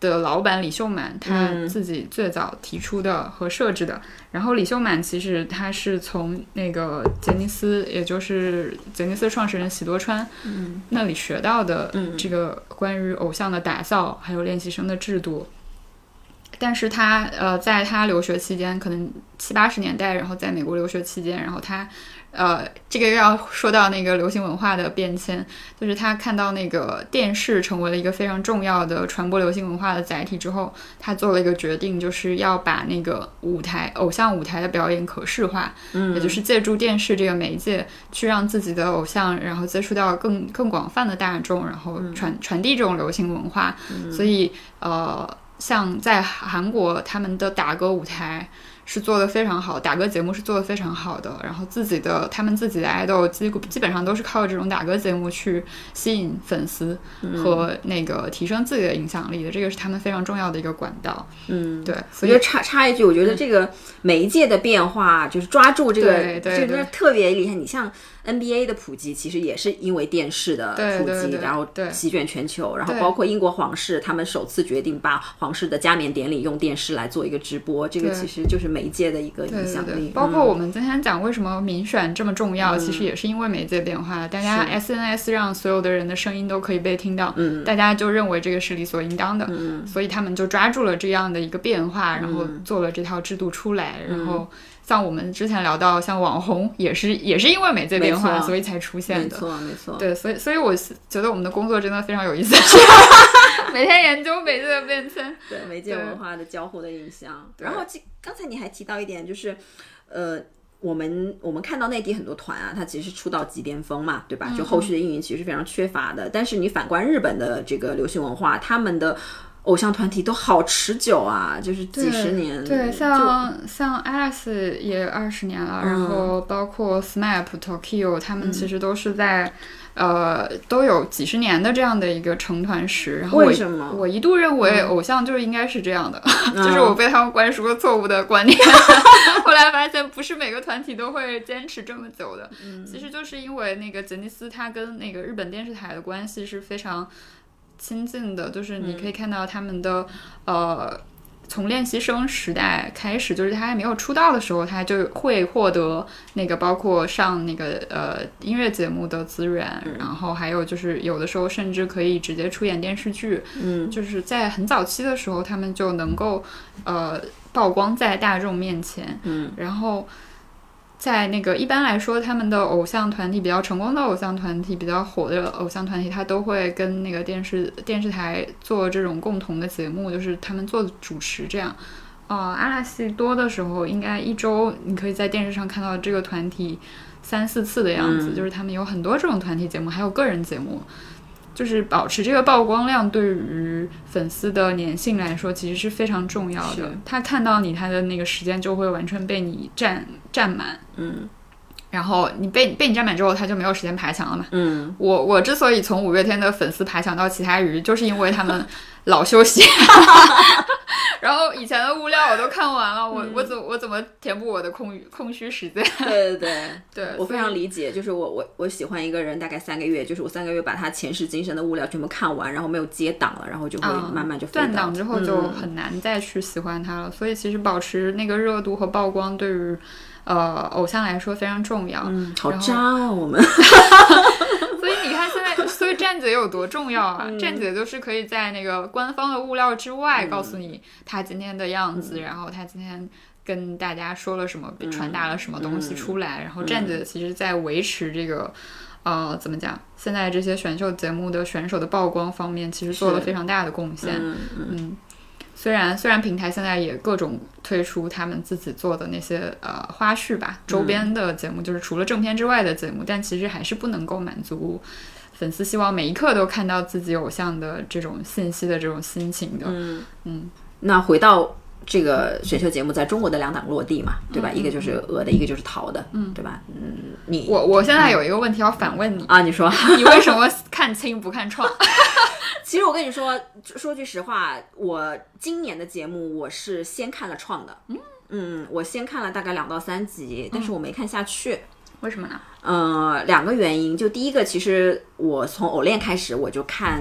的老板李秀满他自己最早提出的和设置的、嗯、然后李秀满其实他是从那个杰尼斯，也就是杰尼斯创始人喜多川、嗯、那里学到的这个关于偶像的打造还有练习生的制度。但是他呃，在他留学期间，可能七八十年代，然后在美国留学期间，然后他呃，这个要说到那个流行文化的变迁，就是他看到那个电视成为了一个非常重要的传播流行文化的载体之后，他做了一个决定，就是要把那个舞台偶像舞台的表演可视化，嗯，也就是借助电视这个媒介，去让自己的偶像，然后接触到更更广泛的大众，然后传传递这种流行文化，嗯、所以呃。像在韩国他们的打歌舞台是做得非常好，打歌节目是做得非常好的，然后自己的他们自己的 idol 基基本上都是靠这种打歌节目去吸引粉丝和那个提升自己的影响力的、嗯、这个是他们非常重要的一个管道。嗯，对， 我觉得插插一句，我觉得这个媒介的变化、嗯、就是抓住这个， 对对对， 这个特别厉害。你像N B A 的普及其实也是因为电视的普及， 对对对， 然后席卷全球，然后包括英国皇室他们首次决定把皇室的加冕典礼用电视来做一个直播，这个其实就是媒介的一个影响力。 对对对，包括我们今天讲为什么民选这么重要、嗯、其实也是因为媒介变化，大家 S N S 让所有的人的声音都可以被听到，嗯，大家就认为这个是理所应当的，嗯，所以他们就抓住了这样的一个变化，然后做了这套制度出来、嗯、然后像我们之前聊到像网红也是也是因为媒介变化所以才出现的， 没错没错， 对，所以所以我觉得我们的工作真的非常有意思每天研究媒介的变迁， 对媒介文化的交互的影响。然后刚才你还提到一点，就是呃我们我们看到内地很多团啊，它其实是出道即巅峰嘛，对吧？就后续的运营其实是非常缺乏的、嗯、但是你反观日本的这个流行文化，他们的偶像团体都好持久啊，就是几十年。 对，对像像 Alice 也二十年了、嗯、然后包括 S M A P、Tokyo 他们其实都是在、嗯、呃都有几十年的这样的一个成团史。然后我为什么我一度认为偶像就应该是这样的、嗯、就是我被他们灌输了错误的观念后来发现不是每个团体都会坚持这么久的、嗯、其实就是因为那个杰尼斯它跟那个日本电视台的关系是非常亲近的，就是你可以看到他们的、嗯、呃，从练习生时代开始，就是他还没有出道的时候，他就会获得那个包括上那个呃音乐节目的资源、嗯、然后还有就是有的时候甚至可以直接出演电视剧，嗯，就是在很早期的时候，他们就能够呃曝光在大众面前，嗯，然后。在那个一般来说他们的偶像团体比较成功的偶像团体比较火的偶像团体，他都会跟那个电视电视台做这种共同的节目，就是他们做主持这样。呃阿拉西多的时候应该一周你可以在电视上看到这个团体三四次的样子、嗯、就是他们有很多这种团体节目还有个人节目，就是保持这个曝光量对于粉丝的粘性来说其实是非常重要的，他看到你他的那个时间就会完全被你占占满，嗯，然后你被被你占满之后他就没有时间爬墙了嘛，嗯，我我之所以从五月天的粉丝爬墙到其他鱼就是因为他们老休息然后以前的物料我都看完了，我、嗯、我怎么我怎么填补我的空空虚时间？ 对对对对， 我非常理解，就是我我我喜欢一个人大概三个月，就是我三个月把他前世今生的物料全部看完，然后没有接档了，然后就会慢慢就飞断档之后就很难再去喜欢他了、嗯、所以其实保持那个热度和曝光对于呃偶像来说非常重要。 嗯，好渣啊我们所以你看现在所以站姐有多重要啊、嗯、站姐就是可以在那个官方的物料之外、嗯、告诉你他今天的样子、嗯、然后他今天跟大家说了什么、嗯、传达了什么东西出来、嗯、然后站姐其实在维持这个呃，怎么讲？现在这些选秀节目的选手的曝光方面，其实做了非常大的贡献。嗯嗯。嗯虽然虽然平台现在也各种推出他们自己做的那些呃花絮吧，周边的节目、嗯、就是除了正片之外的节目，但其实还是不能够满足粉丝希望每一刻都看到自己偶像的这种信息的这种心情的。嗯嗯。 那回到这个选秀节目在中国的两档落地嘛，对吧？嗯、一个就是鹅的，一个就是陶的，嗯，对吧？嗯，你我我现在有一个问题要反问你、 嗯、啊，你说你为什么看清不看创？ 其实我跟你说，说句实话，我今年的节目我是先看了创的，嗯嗯，我先看了大概两到三集，但是我没看下去。嗯、 为什么呢？ 呃，两个原因，就第一个，其实我从偶练开始我就看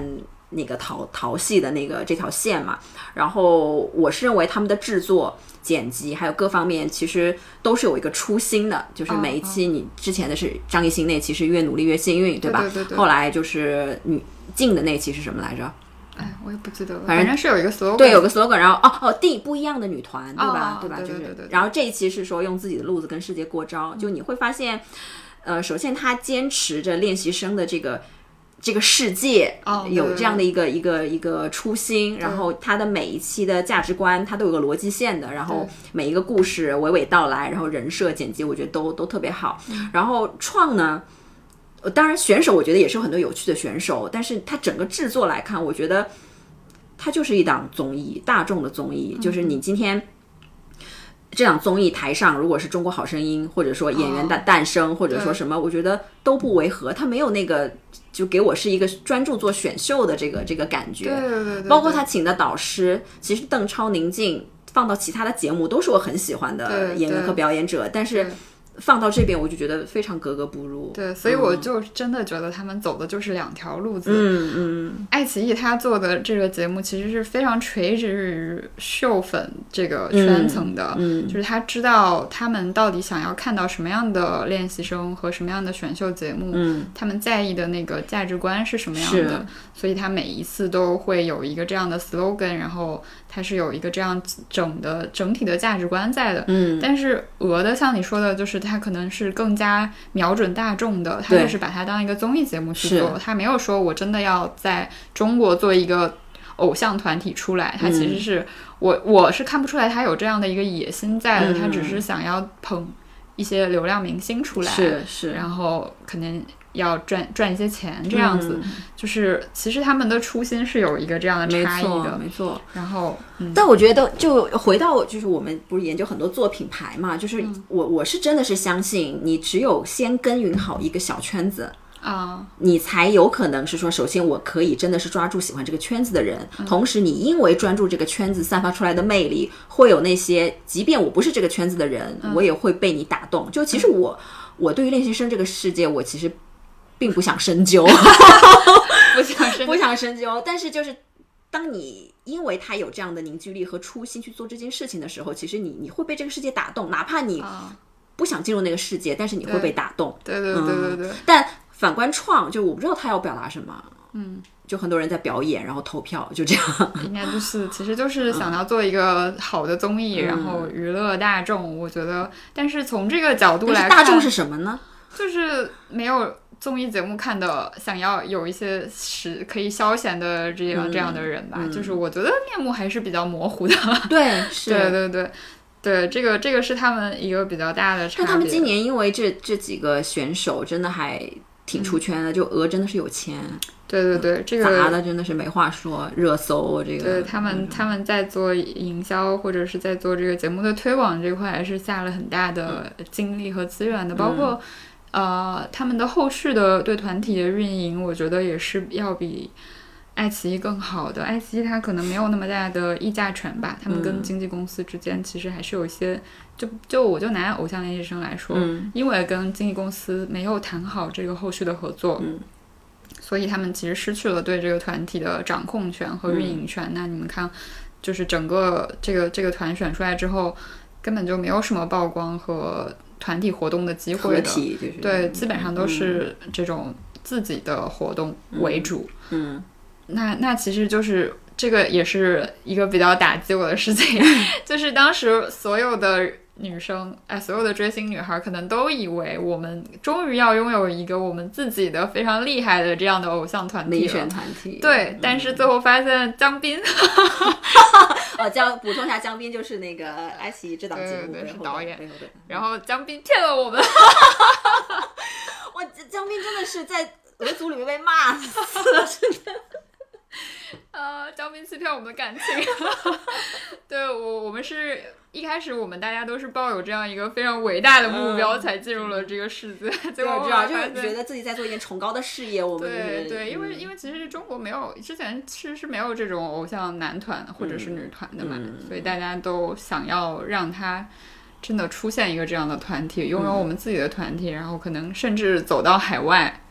那个淘淘系的那个这条线嘛。然后我是认为他们的制作、剪辑还有各方面其实都是有一个初心的，就是每一期你之前的是张艺兴那期是越努力越幸运，对吧？ 对对对对。 后来就是女静的那期是什么来着？ 哎，我也不记得了， 反正反正是有一个 slogan， 对，有个 slogan， 然后哦哦，地不一样的女团，对吧？ 哦、 对吧？ 对对对对就是，然后这一期是说用自己的路子跟世界过招，嗯、就你会发现，呃，首先他坚持着练习生的这个这个世界， 哦、 有这样的一个一个一个初心，然后他的每一期的价值观，他都有个逻辑线的，然后每一个故事娓娓道来，然后人设剪辑，我觉得都都特别好。 嗯、 然后创呢？当然，选手我觉得也是有很多有趣的选手，但是它整个制作来看，我觉得它就是一档综艺，大众的综艺。嗯、就是你今天这档综艺台上，如果是中国好声音，或者说演员的诞生，哦、或者说什么，我觉得都不违和。它没有那个就给我是一个专注做选秀的这个这个感觉。 对对 对, 对, 对。 包括他请的导师，其实邓超、宁静放到其他的节目都是我很喜欢的演员和表演者，但是。放到这边我就觉得非常格格不入。 对，所以我就真的觉得他们走的就是两条路子。 嗯嗯， 爱奇艺他做的这个节目其实是非常垂直于秀粉这个圈层的， 嗯嗯、 就是他知道他们到底想要看到什么样的练习生和什么样的选秀节目， 嗯， 他们在意的那个价值观是什么样的，所以他每一次都会有一个这样的 slogan， 然后它是有一个这样整的整体的价值观在的。 嗯， 但是鹅的像你说的，就是它可能是更加瞄准大众的，它就是把它当一个综艺节目去做，它没有说我真的要在中国做一个偶像团体出来，它其实是、嗯、我我是看不出来它有这样的一个野心在的，它、嗯、只是想要捧一些流量明星出来， 是是， 然后肯定要赚赚一些钱这样子、嗯、就是其实他们的初心是有一个这样的差异的， 没错没错。 然后、嗯、 但我觉得就回到就是我们不是研究很多做品牌嘛，就是我、嗯、我是真的是相信你只有先耕耘好一个小圈子啊， 你才有可能是说首先我可以真的是抓住喜欢这个圈子的人、嗯、同时你因为专注这个圈子散发出来的魅力，会有那些即便我不是这个圈子的人、嗯、我也会被你打动。就其实我、嗯、我对于练习生这个世界我其实并不想深究不想深究不想深究，但是就是当你因为他有这样的凝聚力和初心去做这件事情的时候，其实你你会被这个世界打动，哪怕你不想进入那个世界、啊、但是你会被打动。 对对对对对对、 嗯、但反观创，就我不知道他要表达什么， 嗯， 就很多人在表演然后投票就这样， 应该就是其实就是想要做一个好的综艺、嗯、然后娱乐大众。我觉得但是从这个角度来看， 大众是什么呢？ 就是没有综艺节目看的，想要有一些时可以消闲的这样、嗯、这样的人吧、嗯、就是我觉得面目还是比较模糊的。 对是对对对对，这个这个是他们一个比较大的差别。 但他们今年因为这这几个选手真的还挺出圈的、嗯、就鹅真的是有钱， 对对对，这个砸的真的是没话说，热搜这个对他们、嗯、他们在做营销或者是在做这个节目的推广这块还是下了很大的精力和资源的、嗯、包括呃，他们的后续的对团体的运营我觉得也是要比爱奇艺更好的。爱奇艺它可能没有那么大的议价权吧，他们跟经纪公司之间其实还是有一些就就我就拿偶像练习生来说、嗯、因为跟经纪公司没有谈好这个后续的合作、嗯、所以他们其实失去了对这个团体的掌控权和运营权、嗯、那你们看就是整个这个这个团选出来之后根本就没有什么曝光和团体活动的机会的， 就是、 对，基本上都是这种自己的活动为主。 嗯，嗯那那其实就是这个也是一个比较打击我的事情，就是当时所有的女生，哎，所有的追星女孩可能都以为我们终于要拥有一个我们自己的非常厉害的这样的偶像团体了， 民选团体。 对，嗯、但是最后发现姜斌， 哦，姜补充一下，姜斌就是那个爱奇艺这档节目对对对是导演， 对对对， 然后姜斌骗了我们， 哇，姜斌真的是在俄组里面被骂死了，真的。 呃，姜斌欺骗我们的感情。对，我我们是一开始我们大家都是抱有这样一个非常伟大的目标才进入了这个世界，嗯、结果我知道就是觉得自己在做一件崇高的事业。我们、就是、 对对，因为、嗯、因为其实中国没有之前其实是没有这种偶像男团或者是女团的嘛、嗯，所以大家都想要让他真的出现一个这样的团体，拥有我们自己的团体，然后可能甚至走到海外。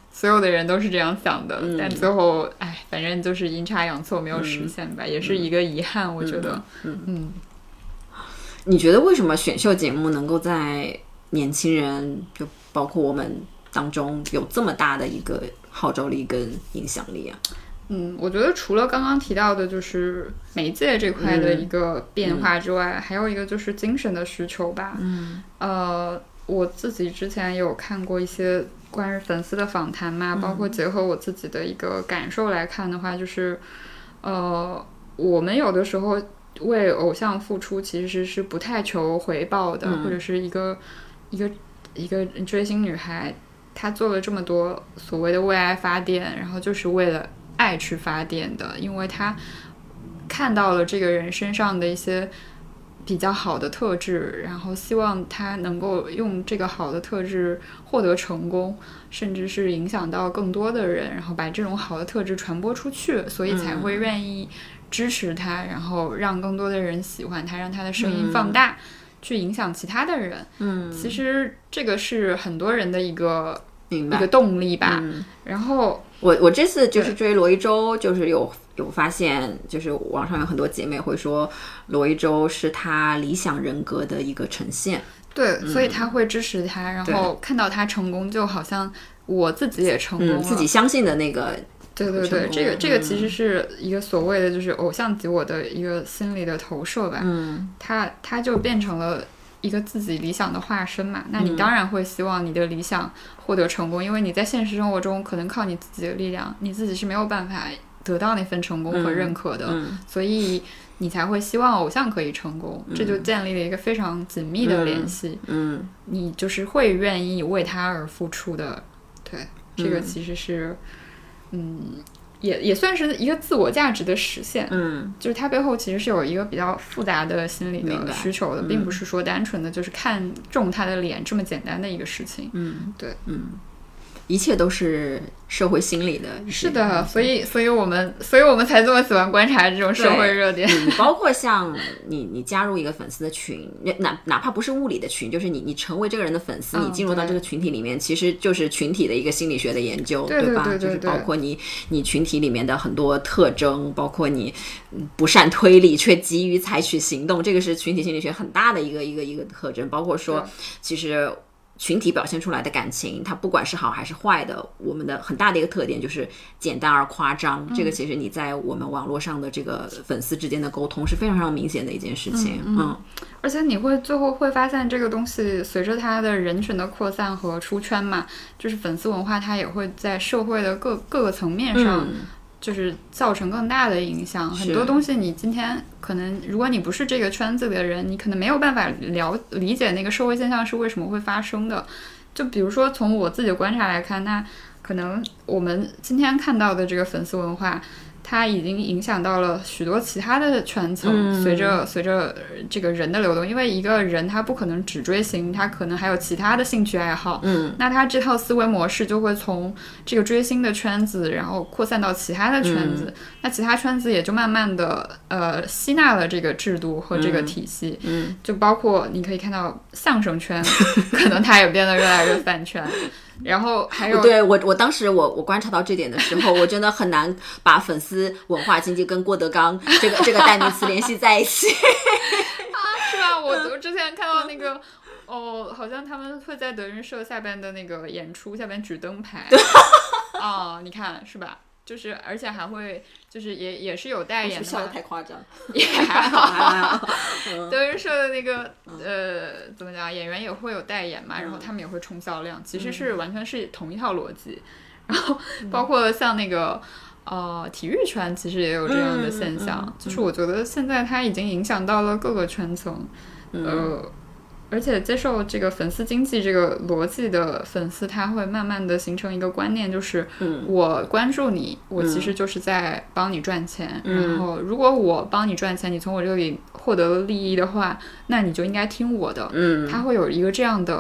所有的人都是这样想的， 嗯、 但最后哎，反正就是阴差阳错没有实现吧、嗯、也是一个遗憾、嗯、我觉得。 嗯嗯, 嗯， 你觉得为什么选秀节目能够在年轻人就包括我们当中有这么大的一个号召力跟影响力啊？ 嗯，我觉得除了刚刚提到的就是媒介这块的一个变化之外、嗯、还有一个就是精神的需求吧。 嗯， 呃，我自己之前有看过一些关于粉丝的访谈嘛、嗯、包括结合我自己的一个感受来看的话，就是呃，我们有的时候为偶像付出其实是不太求回报的、嗯、或者是一个一个一个追星女孩她做了这么多所谓的为爱发电，然后就是为了爱去发电的，因为她看到了这个人身上的一些比较好的特质，然后希望他能够用这个好的特质获得成功，甚至是影响到更多的人，然后把这种好的特质传播出去，所以才会愿意支持他、嗯、然后让更多的人喜欢他，让他的声音放大、嗯、去影响其他的人。嗯，其实这个是很多人的一个一个动力吧。嗯、然后我我这次就是追罗一舟，就是有有发现，就是网上有很多姐妹会说罗一舟是她理想人格的一个呈现。 对、嗯、所以她会支持他，然后看到他成功就好像我自己也成功了、 嗯、自己相信的那个。 对对对，这个这个其实是一个所谓的就是偶像级我的一个心理的投射吧。嗯，他他就变成了一个自己理想的化身嘛，那你当然会希望你的理想获得成功、嗯、因为你在现实生活中可能靠你自己的力量，你自己是没有办法得到那份成功和认可的、嗯嗯、所以你才会希望偶像可以成功、嗯、这就建立了一个非常紧密的联系。 嗯, 嗯，你就是会愿意为他而付出的。对，这个其实是嗯也也算是一个自我价值的实现。嗯，就是它背后其实是有一个比较复杂的心理的需求的，并不是说单纯的就是看中他的脸这么简单的一个事情。嗯，对， 嗯，一切都是社会心理的。 是的，所以所以我们所以我们才这么喜欢观察这种社会热点。 你包括像你你加入一个粉丝的群，哪哪怕不是物理的群，就是你你成为这个人的粉丝、嗯、你进入到这个群体里面，其实就是群体的一个心理学的研究， 对吧？ 对对对对， 就是包括你你群体里面的很多特征，包括你不善推理却急于采取行动，这个是群体心理学很大的一个一个一个特征。包括说其实群体表现出来的感情，它不管是好还是坏的，我们的很大的一个特点就是简单而夸张、嗯、这个其实你在我们网络上的这个粉丝之间的沟通是非常非常明显的一件事情。 嗯, 嗯而且你会最后会发现这个东西随着它的人群的扩散和出圈嘛，就是粉丝文化它也会在社会的各各个层面上、嗯就是造成更大的影响。很多东西你今天可能如果你不是这个圈子的人，你可能没有办法了理解那个社会现象是为什么会发生的。就比如说从我自己的观察来看，那可能我们今天看到的这个粉丝文化它已经影响到了许多其他的圈层、嗯、随着随着这个人的流动，因为一个人他不可能只追星，他可能还有其他的兴趣爱好。嗯，那他这套思维模式就会从这个追星的圈子然后扩散到其他的圈子、嗯、那其他圈子也就慢慢的呃吸纳了这个制度和这个体系。嗯，就包括你可以看到相声圈可能它也变得越来越饭圈。然后还有对我我当时我我观察到这点的时候，我真的很难把粉丝文化经济跟郭德纲这个这个代名词联系在一起。 啊，是吧？我我之前看到那个哦，好像他们会在德云社下边的那个演出下边举灯牌。哦，你看是吧？就是而且还会就是也也是有代言的， 笑得太夸张， 也还好还好。德云社的那个呃怎么讲，演员也会有代言嘛，然后他们也会冲销量，其实是完全是同一套逻辑。然后包括像那个呃体育圈，其实也有这样的现象，嗯、就是我觉得现在它已经影响到了各个圈层，嗯、呃。而且接受这个粉丝经济这个逻辑的粉丝，他会慢慢的形成一个观念，就是我关注你、嗯、我其实就是在帮你赚钱、嗯、然后如果我帮你赚钱，你从我这里获得了利益的话，那你就应该听我的。嗯，他会有一个这样的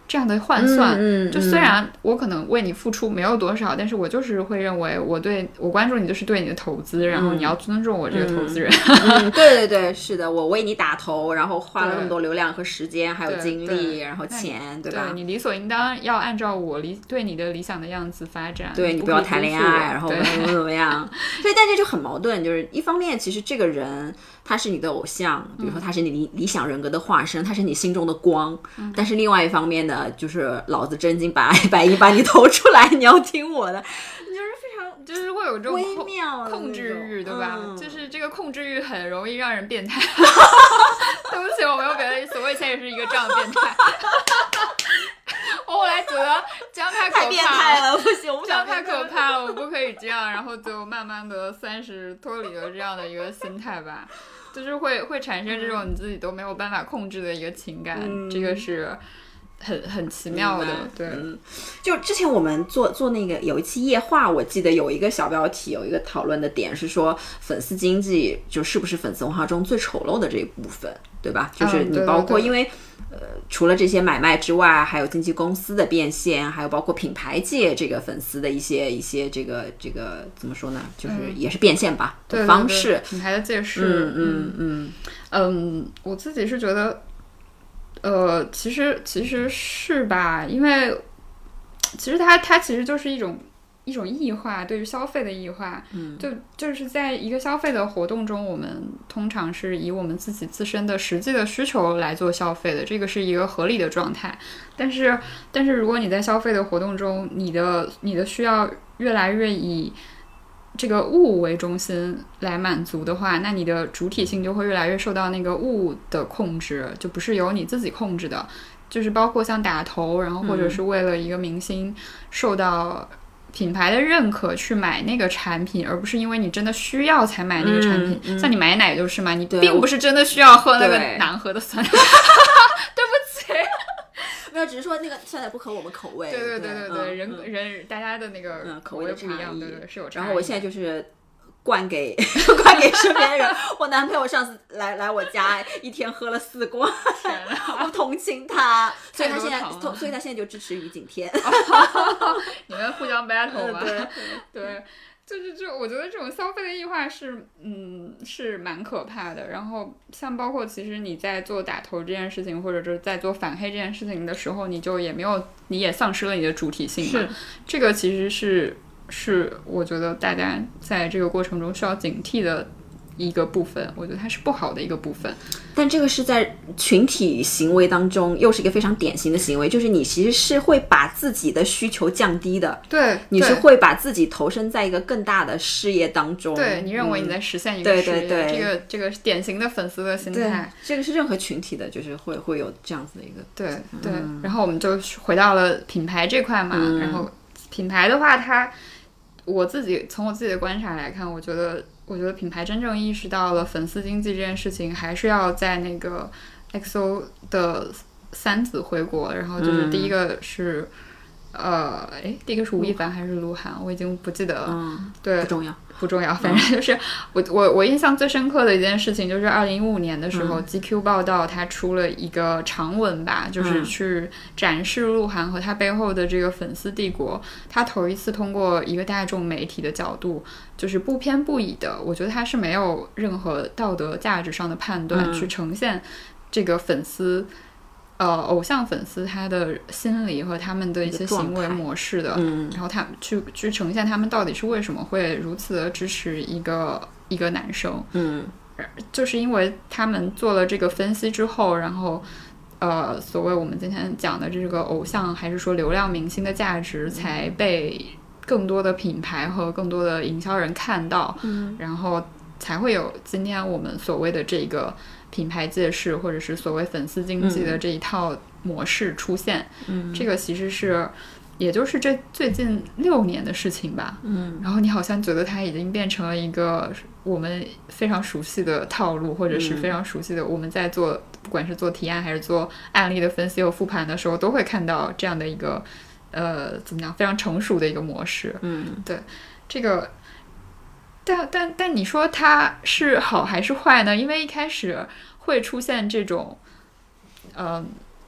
这样的换算。 嗯嗯、 就虽然我可能为你付出没有多少，但是我就是会认为我对我关注你就是对你的投资，然后你要尊重我这个投资人。 嗯嗯、对对对，是的，我为你打头，然后花了那么多流量和时间还有精力，然后钱，对吧？ 对，你理所应当要按照我理对你的理想的样子发展。 对，你不要谈恋爱，然后怎么怎么样。所以但这就很矛盾，就是一方面其实这个人他是你的偶像，比如说他是你理、嗯、理想人格的化身，他是你心中的光、嗯、但是另外一方面呢，就是老子真金白白银把你投出来，你要听我的，就是非常就是会有这种微妙的控制欲，对吧、嗯、就是这个控制欲很容易让人变态。对不起，我没有别的意思，我以前也是一个这样的变态。我后来觉得这样太可怕了， 太变态了，不行，我不这样太可怕了，我不可以这样，然后就慢慢的算是脱离了这样的一个心态吧，就是会会产生这种你自己都没有办法控制的一个情感，嗯、这个是很很奇妙的，嗯、对、 嗯。就之前我们做做那个有一期夜话，我记得有一个小标题，有一个讨论的点是说粉丝经济就是不是粉丝文化中最丑陋的这一部分，对吧？就是你包括、嗯、对对对因为。呃，除了这些买卖之外，还有经纪公司的变现，还有包括品牌界这个粉丝的一些一些这个这个怎么说呢？就是也是变现吧、嗯、的方式， 对对对品牌的介绍。 嗯嗯嗯嗯，我自己是觉得，呃，其实其实是吧，因为其实它它其实就是一种。一种异化，对于消费的异化， 嗯， 就就是在一个消费的活动中，我们通常是以我们自己自身的实际的需求来做消费的，这个是一个合理的状态。但是，但是如果你在消费的活动中，你的你的需要越来越以这个物为中心来满足的话，那你的主体性就会越来越受到那个物的控制，就不是由你自己控制的。就是包括像打头，然后或者是为了一个明星受到品牌的认可去买那个产品，而不是因为你真的需要才买那个产品、嗯嗯、像你买奶就是嘛，你并不是真的需要喝那个难喝的酸奶。对不起， 没有，只是说那个酸奶不合我们口味。 对对对对对、 嗯、 人、 嗯、 人大家的那个、 嗯、 口味不一样，对对是有差异。 然后我现在就是灌给灌给身边的人。我男朋友上次来来我家，一天喝了四罐，我同情他，所以他现在，所以他现在就支持于景天。 你们互相 battle 吧。 对对，就是这，我觉得这种消费的异化是，嗯，是蛮可怕的。然后像包括其实你在做打头这件事情，或者是在做反黑这件事情的时候，你就也没有，你也丧失了你的主体性嘛。 是， 这个其实是。是我觉得大家在这个过程中需要警惕的一个部分，我觉得它是不好的一个部分。 但这个是在群体行为当中又是一个非常典型的行为，就是你其实是会把自己的需求降低的。 对， 你是会把自己投身在一个更大的事业当中。 对，你认为你在实现一个事业、嗯、对对对，这个这个典型的粉丝的心态。 这个是任何群体的，就是会会有这样子的一个。 对对、嗯，然后我们就回到了品牌这块嘛、嗯、然后品牌的话它我自己从我自己的观察来看，我觉得，我觉得品牌真正意识到了粉丝经济这件事情，还是要在那个 X O 的三子回国，然后就是第一个是，嗯、呃，哎，第一个是吴亦凡还是鹿晗，我已经不记得了。 嗯， 对， 不重要。 不重要，反正就是我我我印象最深刻的一件事情，就是二零一五年的时候、嗯、G Q 报道他出了一个长文吧，就是去展示鹿晗和他背后的这个粉丝帝国。他头一次通过一个大众媒体的角度，就是不偏不倚的，我觉得他是没有任何道德价值上的判断、嗯、去呈现这个粉丝。呃，偶像粉丝他的心理和他们的一些行为模式的， 嗯， 然后他去去呈现他们到底是为什么会如此的支持一个一个男生， 嗯， 就是因为他们做了这个分析之后，然后呃，所谓我们今天讲的这个偶像还是说流量明星的价值，才被更多的品牌和更多的营销人看到， 嗯， 然后才会有今天我们所谓的这个。品牌介绍或者是所谓粉丝经济的这一套模式出现， 嗯， 这个其实是也就是这最近六年的事情吧， 嗯， 然后你好像觉得它已经变成了一个我们非常熟悉的套路，或者是非常熟悉的，我们在做不管是做提案还是做案例的分析和复盘的时候，都会看到这样的一个呃怎么样非常成熟的一个模式， 嗯， 对这个。但但但你说它是好还是坏呢？因为一开始会出现这种，呃，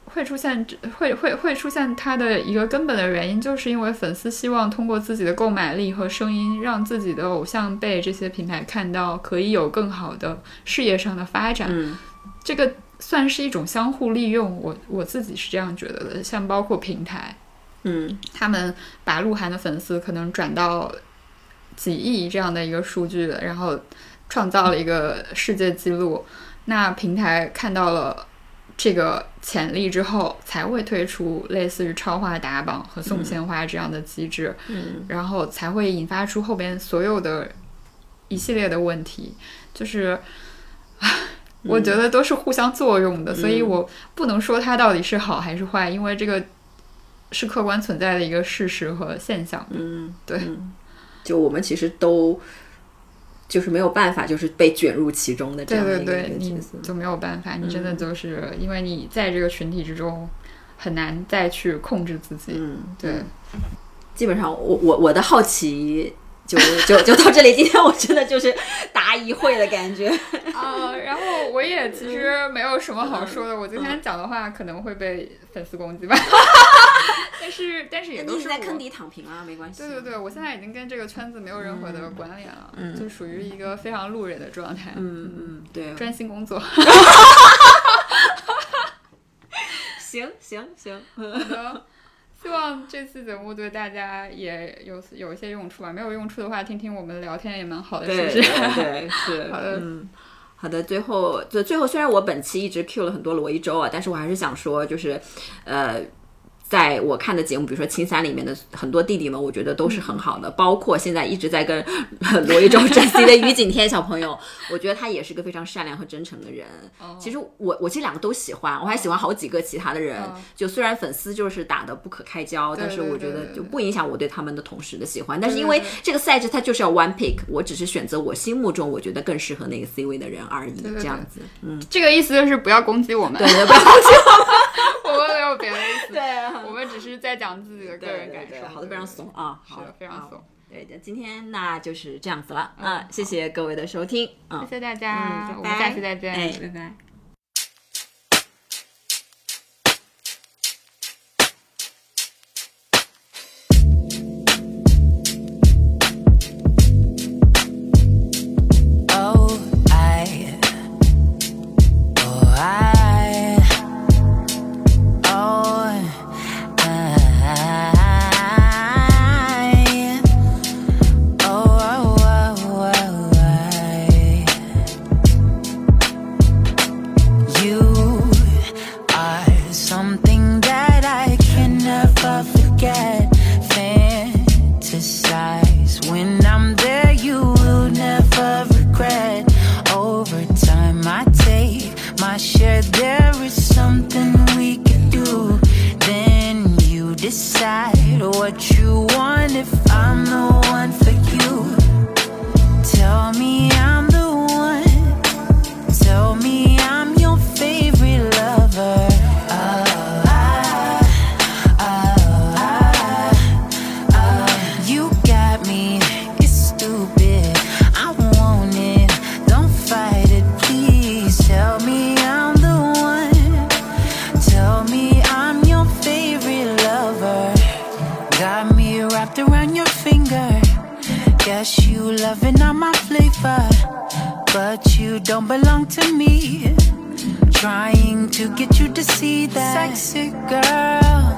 会出现会会会出现它的一个根本的原因，就是因为粉丝希望通过自己的购买力和声音，让自己的偶像被这些品牌看到，可以有更好的事业上的发展。 嗯， 这个算是一种相互利用，我我自己是这样觉得的。像包括平台， 嗯， 他们把鹿晗的粉丝可能转到几亿这样的一个数据，然后创造了一个世界纪录。那平台看到了这个潜力之后，才会推出类似于超话打榜和送鲜花这样的机制， 嗯， 然后才会引发出后边所有的一系列的问题，就是我觉得都是互相作用的，嗯，所以我不能说它到底是好还是坏，因为这个是客观存在的一个事实和现象。 嗯， 对， 嗯，就我们其实都就是没有办法，就是被卷入其中的这样的一个角色。 对对对，你就没有办法，你真的就是因为你在这个群体之中很难再去控制自己。 嗯， 对。 基本上我我我的好奇就就就到这里，今天我真的就是答疑会的感觉。 啊、呃，然后我也其实没有什么好说的，我今天讲的话可能会被粉丝攻击吧。但是但是也都是在坑底躺平啊，没关系。 对对对，我现在已经跟这个圈子没有任何的关联了， 嗯， 就属于一个非常路人的状态。 嗯嗯，对， 专心工作。 行行行， 好的。希望这期节目对大家也有有一些用处吧。没有用处的话，听听我们聊天也蛮好的，是不是？ 对对是。 好的， 嗯。好的，最后就最后，虽然我本期一直 cue 了很多罗一舟啊，但是我还是想说，就是呃在我看的节目，比如说青三里面的很多弟弟们，我觉得都是很好的，嗯，包括现在一直在跟罗一舟战 C 的于景天小朋友，我觉得他也是个非常善良和真诚的人。哦，其实我我其实两个都喜欢，我还喜欢好几个其他的人，哦，就虽然粉丝就是打得不可开交，但是我觉得就不影响我对他们的同事的喜欢。但是因为这个赛制它就是要 one pick， 我只是选择我心目中我觉得更适合那个 C 位的人而已， 对对对， 这样子。嗯， 这个意思就是不要攻击我们， 对对，不要攻击我们。 我们没有别的意思， 对，啊， 我们只是在讲自己的个人感受。 对对对，好的，非常怂啊，好的，非常怂。 对的，今天那就是这样子了，嗯，啊，谢谢各位的收听，嗯， 谢谢大家， 嗯， 我们下期再见， 哎，拜拜。Decide what you want if I'm the one for you. Tell me I'm the one. Tell me I'm your favorite lover. Oh, I, oh, I, oh, you got me, it's stupid. I want it, don't fight it, please. Tell me I'm the one. Tell me I'm your favorite lover. Got me wrapped around your finger. Guess you loving all my flavor, but you don't belong to me. Trying to get you to see that sexy girl,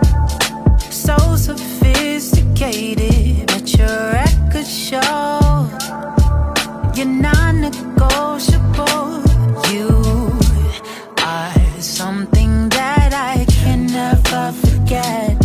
so sophisticated, but your record show you're non-negotiable. You are something that I can never forget.